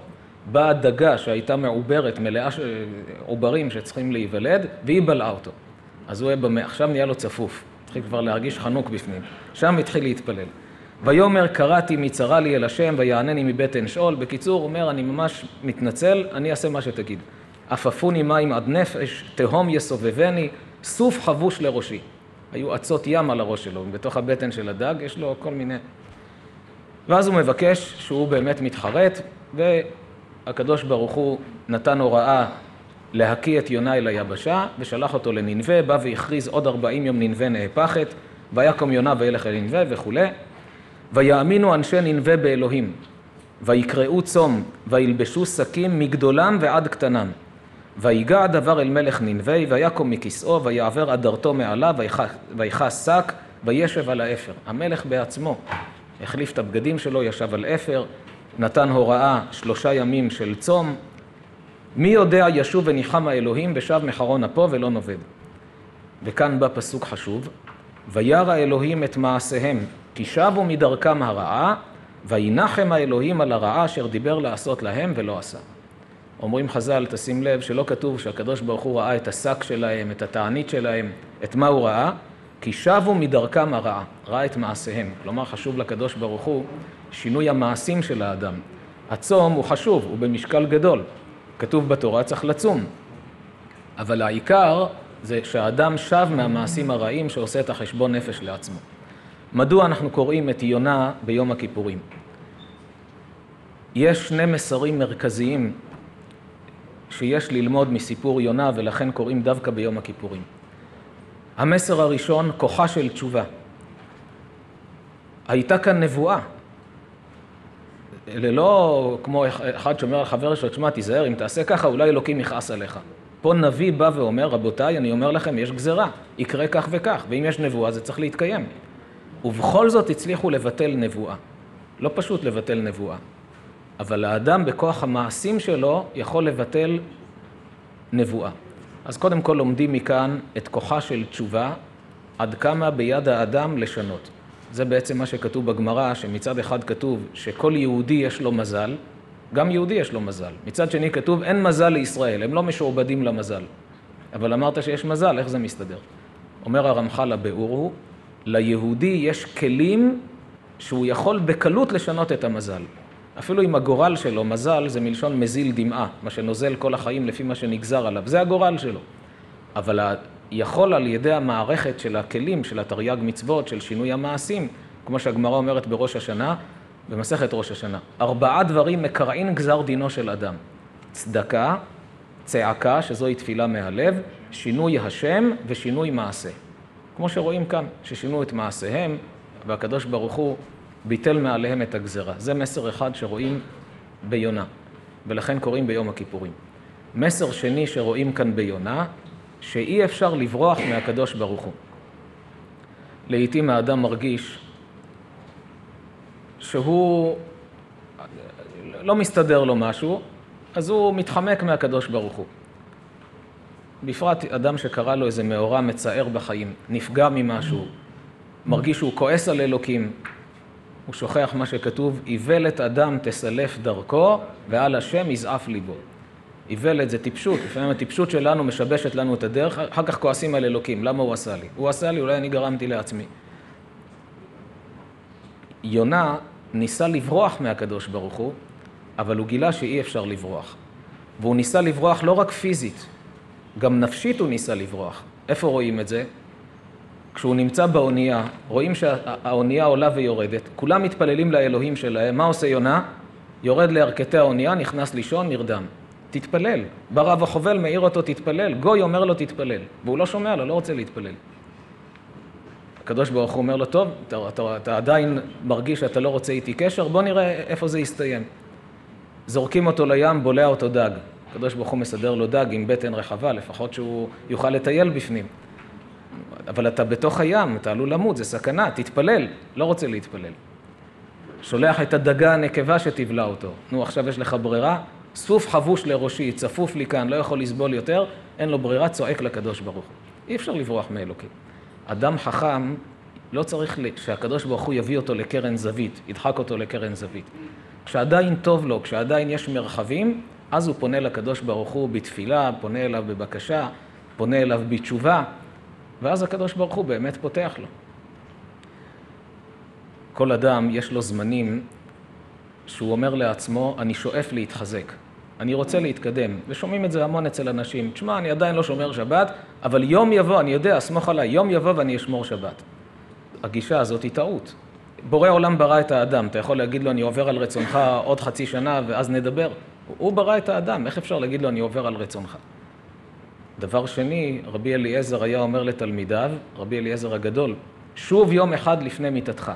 A: באה דגה שהייתה מעוברת, מלאה עוברים שצריכים להיוולד, והיא בלעה אותו. אז הוא עכשיו נהיה לו צפוף, התחיל כבר להרגיש חנוק בפנים. שם התחיל להתפלל. ויאמר קראתי מצרה לי אל השם ויענני מבטן שאול. בקיצור, הוא אומר, אני ממש מתנצל, אני אעשה מה שתגיד. אפפוני מים עד נפש, תהום יסובבני, סוף חבוש לראשי. היו עצות ים על הראש שלו, בתוך הבטן של הדג יש לו כל מיני. ואז הוא מבקש שהוא באמת מתחרט, והקדוש ברוך הוא נתן הוראה להקיא את יונה אל היבשה, ושלח אותו לנינווה, בא והכריז עוד 40 יום נינווה נהפכת, ויקום יונה וילך אל נינווה וכו'. ויאמינו אנשי נינווה באלוהים, ויקראו צום, וילבשו שקים מגדולם ועד קטנם. ויגע הדבר אל מלך נינווה, ויקום מכיסאו, ויעבר אדרתו מעליו, ויכס שק, וישב על האפר. המלך בעצמו החליף את הבגדים שלו, ישב על אפר, נתן הוראה 3 ימים של צום. מי יודע ישוב וניחם האלוהים בשב מחרון אפו ולא נובד. וכאן בא פסוק חשוב, וירא האלוהים את מעשיהם, כי שבו מדרכם הרעה, וינחם האלוהים על הרעה אשר דיבר לעשות להם ולא עשה. אומרים חז"ל, תשים לב שלא כתוב שהקדוש ברוך הוא ראה את השק שלהם, את התענית שלהם, את מה הוא ראה? כי שבו מדרכם הרעה, ראה את מעשיהם. כלומר, חשוב לקדוש ברוך הוא שינוי המעשים של האדם. הצום הוא חשוב, הוא במשקל גדול. כתוב בתורה צריך לצום. אבל העיקר זה שהאדם שב מהמעשים הרעים שעושה את החשבון נפש לעצמו. מדוע אנחנו קוראים את יונה ביום הכיפורים? יש 2 מסרים מרכזיים שיש ללמוד מסיפור יונה, ולכן קוראים דווקא ביום הכיפורים. המסר הראשון, כוחה של תשובה. הייתה כאן נבואה. לא כמו אחד שאומר לחבר שלו, תשמע, תיזהר, אם תעשה ככה, אולי אלוקים יכעס עליך. פה נביא בא ואומר, רבותיי, אני אומר לכם, יש גזרה, יקרה כך וכך, ואם יש נבואה, זה צריך להתקיים. ובכל זאת הצליחו לבטל נבואה. לא פשוט לבטל נבואה, אבל האדם בכוח המעשים שלו יכול לבטל נבואה. אז קודם כל לומדים מכאן את כוחה של תשובה, עד כמה ביד האדם לשנות. זה בעצם מה שכתוב בגמרא, שמצד אחד כתוב שכל יהודי יש לו מזל, גם יהודי יש לו מזל. מצד שני כתוב אין מזל לישראל, הם לא משועבדים למזל. אבל אמרת שיש מזל, איך זה מסתדר? אומר הרמח"ל הביאור הוא, ליהודי יש כלים שהוא יכול בקלות לשנות את המזל. אפילו אם הגורל שלו, מזל, זה מלשון מזיל דמעה, מה שנוזל כל החיים לפי מה שנגזר עליו, זה הגורל שלו. אבל יכול על ידי המערכת של הכלים, של התרי"ג מצוות, של שינוי המעשים, כמו שהגמרא אומרת בראש השנה, במסכת ראש השנה, 4 דברים מקרעין גזר דינו של אדם. צדקה, צעקה, שזוהי תפילה מהלב, שינוי השם ושינוי מעשה. כמו שרואים כאן, ששינו את מעשיהם, והקדוש ברוך הוא ביטל מעליהם את הגזרה. זה מסר אחד שרואים ביונה, ולכן קוראים ביום הכיפורים. מסר שני שרואים כאן ביונה, שאי אפשר לברוח מהקדוש ברוך הוא. לעתים האדם מרגיש שהוא לא מסתדר לו משהו, אז הוא מתחמק מהקדוש ברוך הוא. בפרט אדם שקרא לו איזה מאורע מצער בחיים, נפגע ממשהו, מרגיש שהוא כועס על אלוקים, הוא שוכח מה שכתוב, איוולת אדם תסלף דרכו ועל השם יזעף ליבו. איוולת זה טיפשות, לפעמים הטיפשות שלנו משבשת לנו את הדרך, אחר כך כועסים על אלוקים, למה הוא עשה לי? הוא עשה לי, אולי אני גרמתי לעצמי. יונה ניסה לברוח מהקדוש ברוך הוא, אבל הוא גילה שאי אפשר לברוח. והוא ניסה לברוח לא רק פיזית, גם נפשית הוא ניסה לברוח. איפה רואים את זה? כשהוא נמצא באונייה, רואים שהאונייה עולה ויורדת, כולם מתפללים לאלוהים שלהם, מה עושה יונה? יורד לירכתי האונייה, נכנס לישון, נרדם. תתפלל. ברב החובל מעיר אותו, תתפלל. גוי אומר לו, תתפלל. והוא לא שומע לו, לא רוצה להתפלל. הקדוש ברוך הוא אומר לו, טוב, אתה עדיין מרגיש שאתה לא רוצה איתי קשר, בוא נראה איפה זה יסתיים. זורקים אותו לים, בולע אותו דג. הקדוש ברוך הוא מסדר לו דג עם בטן רחבה, לפחות שהוא יוכל לטייל בפנים. אבל אתה בתוך הים, אתה עלול למות, זה סכנה, תתפלל. לא רוצה להתפלל. שולח את הדגה הנקבה שתבלע אותו. נו, עכשיו יש לך ברירה, סוף חבוש לראשי, צפוף לי כאן, לא יכול לסבול יותר, אין לו ברירה, צועק לקדוש ברוך הוא. אי אפשר לברוח מאלוקים. אדם חכם לא צריך שהקדוש ברוך הוא יביא אותו לקרן זווית, ידחק אותו לקרן זווית. כשעדיין טוב לו, כשעדיין יש מרחבים, אז הוא פונה לקדוש ברוך הוא בתפילה, פונה אליו בבקשה, פונה אליו בתשובה, ואז הקדוש ברוך הוא באמת פותח לו. כל אדם יש לו זמנים שהוא אומר לעצמו, אני שואף להתחזק, אני רוצה להתקדם, ושומעים את זה המון אצל אנשים. תשמע, אני עדיין לא שומר שבת, אבל יום יבוא, אני יודע, אסמוך עליי, יום יבוא ואני אשמור שבת. הגישה הזאת היא טעות. בורא עולם ברא את האדם, אתה יכול להגיד לו, אני עובר על רצונך עוד חצי שנה ואז נדבר. הוא ברא את האדם, איך אפשר להגיד לו, אני עובר על רצונך? דבר שני, רבי אליעזר היה אומר לתלמידיו, רבי אליעזר הגדול, שוב יום אחד לפני מיתתך.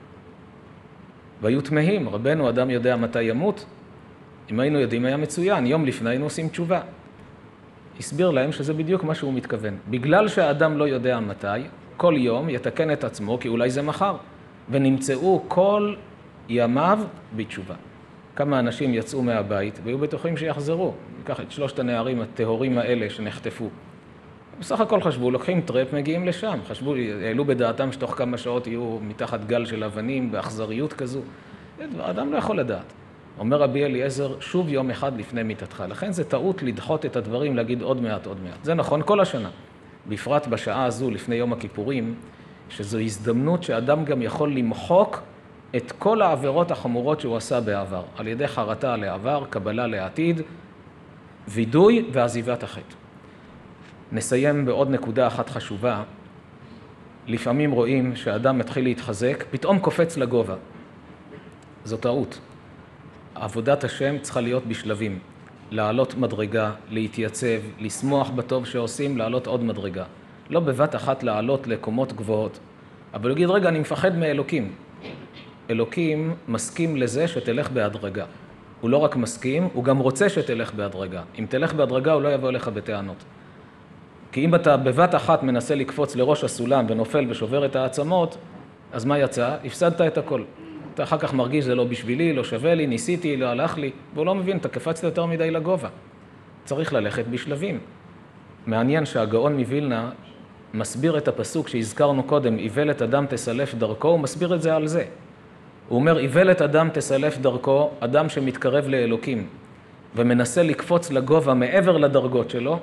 A: והיו תמהים, רבנו, אדם יודע מתי ימות? אם היינו יודעים היה מצוין, יום לפני היינו עושים תשובה. הסביר להם שזה בדיוק מה שהוא מתכוון. בגלל שהאדם לא יודע מתי, כל יום יתקן את עצמו, כי אולי זה מחר, ונמצאו כל ימיו בתשובה. כמה אנשים יצאו מהבית והיו בטוחים שיחזרו. ניקח את 3 הנערים הטהורים האלה שנחטפו. בסך הכל חשבו, לוקחים טרפ, מגיעים לשם. חשבו, העלו בדעתם שתוך כמה שעות יהיו מתחת גל של אבנים, באכזריות כזו. האדם לא יכול לדעת. אומר רבי אליעזר, שוב יום אחד לפני מיתתך. לכן זה טעות לדחות את הדברים, להגיד עוד מעט, עוד מעט. זה נכון כל השנה. בפרט בשעה הזו, לפני יום הכיפורים, שזו הזדמנות שאדם גם יכול למחוק את כל העבירות החמורות שהוא עשה בעבר, על ידי חרטה על העבר, קבלה לעתיד, וידוי ועזיבת החטא. נסיים בעוד נקודה אחת חשובה. לפעמים רואים שהאדם מתחיל להתחזק, פתאום קופץ לגובה. זו טעות. עבודת השם צריכה להיות בשלבים. לעלות מדרגה, להתייצב, לשמוח בטוב שעושים, לעלות עוד מדרגה. לא בבת אחת לעלות לקומות גבוהות. אבל להגיד, רגע, אני מפחד מאלוקים. אלוקים מסכים לזה שתלך בהדרגה. הוא לא רק מסכים, הוא גם רוצה שתלך בהדרגה. אם תלך בהדרגה, הוא לא יבוא אליך בטענות. כי אם אתה בבת אחת מנסה לקפוץ לראש הסולם ונופל ושובר את העצמות, אז מה יצא? הפסדת את הכל. אתה אחר כך מרגיש, זה לא בשבילי, לא שווה לי, ניסיתי, לא הלך לי, והוא לא מבין, אתה קפצת יותר מדי לגובה. צריך ללכת בשלבים. מעניין שהגאון מווילנה מסביר את הפסוק שהזכרנו קודם, איוולת אדם תסלף דרכו, הוא מסביר את זה על זה. הוא אומר, איוולת אדם תסלף דרכו, אדם שמתקרב לאלוקים, ומנסה לקפוץ לגובה מעבר לדרגות שלו,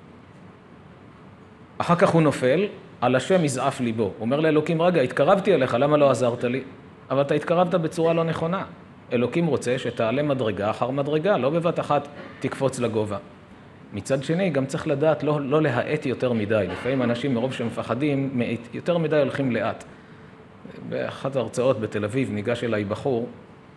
A: אחר כך הוא נופל, על השם יזעף ליבו. הוא אומר לאלוקים, רגע, התקרבתי אליך, למה לא עזרת לי? אבל אתה התקרבת בצורה לא נכונה. אלוקים רוצה שתעלה מדרגה אחר מדרגה, לא בבת אחת תקפוץ לגובה. מצד שני, גם צריך לדעת לא להאט יותר מדי. לפעמים אנשים מרוב שמפחדים, יותר מדי הולכים לאט. באחת ההרצאות בתל אביב ניגש אליי בחור,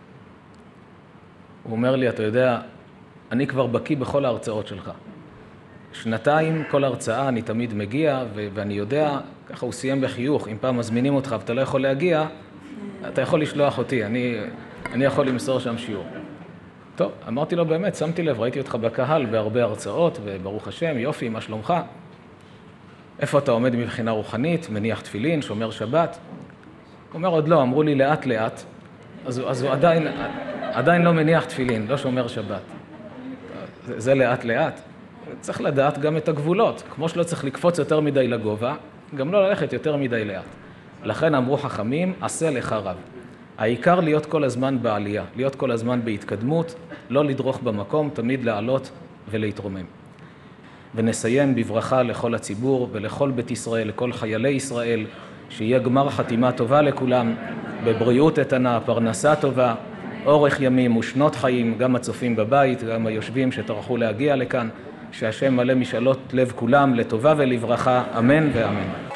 A: הוא אומר לי, אתה יודע, אני כבר בקיא בכל ההרצאות שלך. 2 כל הרצאה אני תמיד מגיע, ואני יודע, ככה הוא סיים בחיוך, אם פעם מזמינים אותך ואתה לא יכול להגיע, אתה יכול לשלוח אותי, אני יכול למסור שם שיעור. טוב, אמרתי לו באמת, שמתי לב, ראיתי אותך בקהל בהרבה הרצאות, וברוך השם, יופי, מה שלומך? איפה אתה עומד מבחינה רוחנית, מניח תפילין, שומר שבת? הוא אומר, עוד לא, אמרו לי לאט לאט, אז הוא עדיין לא מניח תפילין, לא שומר שבת. זה לאט לאט. צריך לדעת גם את הגבולות. כמו שלא צריך לקפוץ יותר מדי לגובה, גם לא ללכת יותר מדי לאט. לכן אמרו חכמים, עשה לך רב. העיקר להיות כל הזמן בעלייה, להיות כל הזמן בהתקדמות, לא לדרוך במקום, תמיד לעלות ולהתרומם. ונסיים בברכה לכל הציבור ולכל בית ישראל, לכל חיילי ישראל, שיהיה גמר חתימה טובה לכולם, בבריאות איתנה, פרנסה טובה, אורך ימים ושנות חיים, גם הצופים בבית, גם היושבים שטרחו להגיע לכאן, שהשם מלא משאלות לב כולם לטובה ולברכה, אמן ואמן.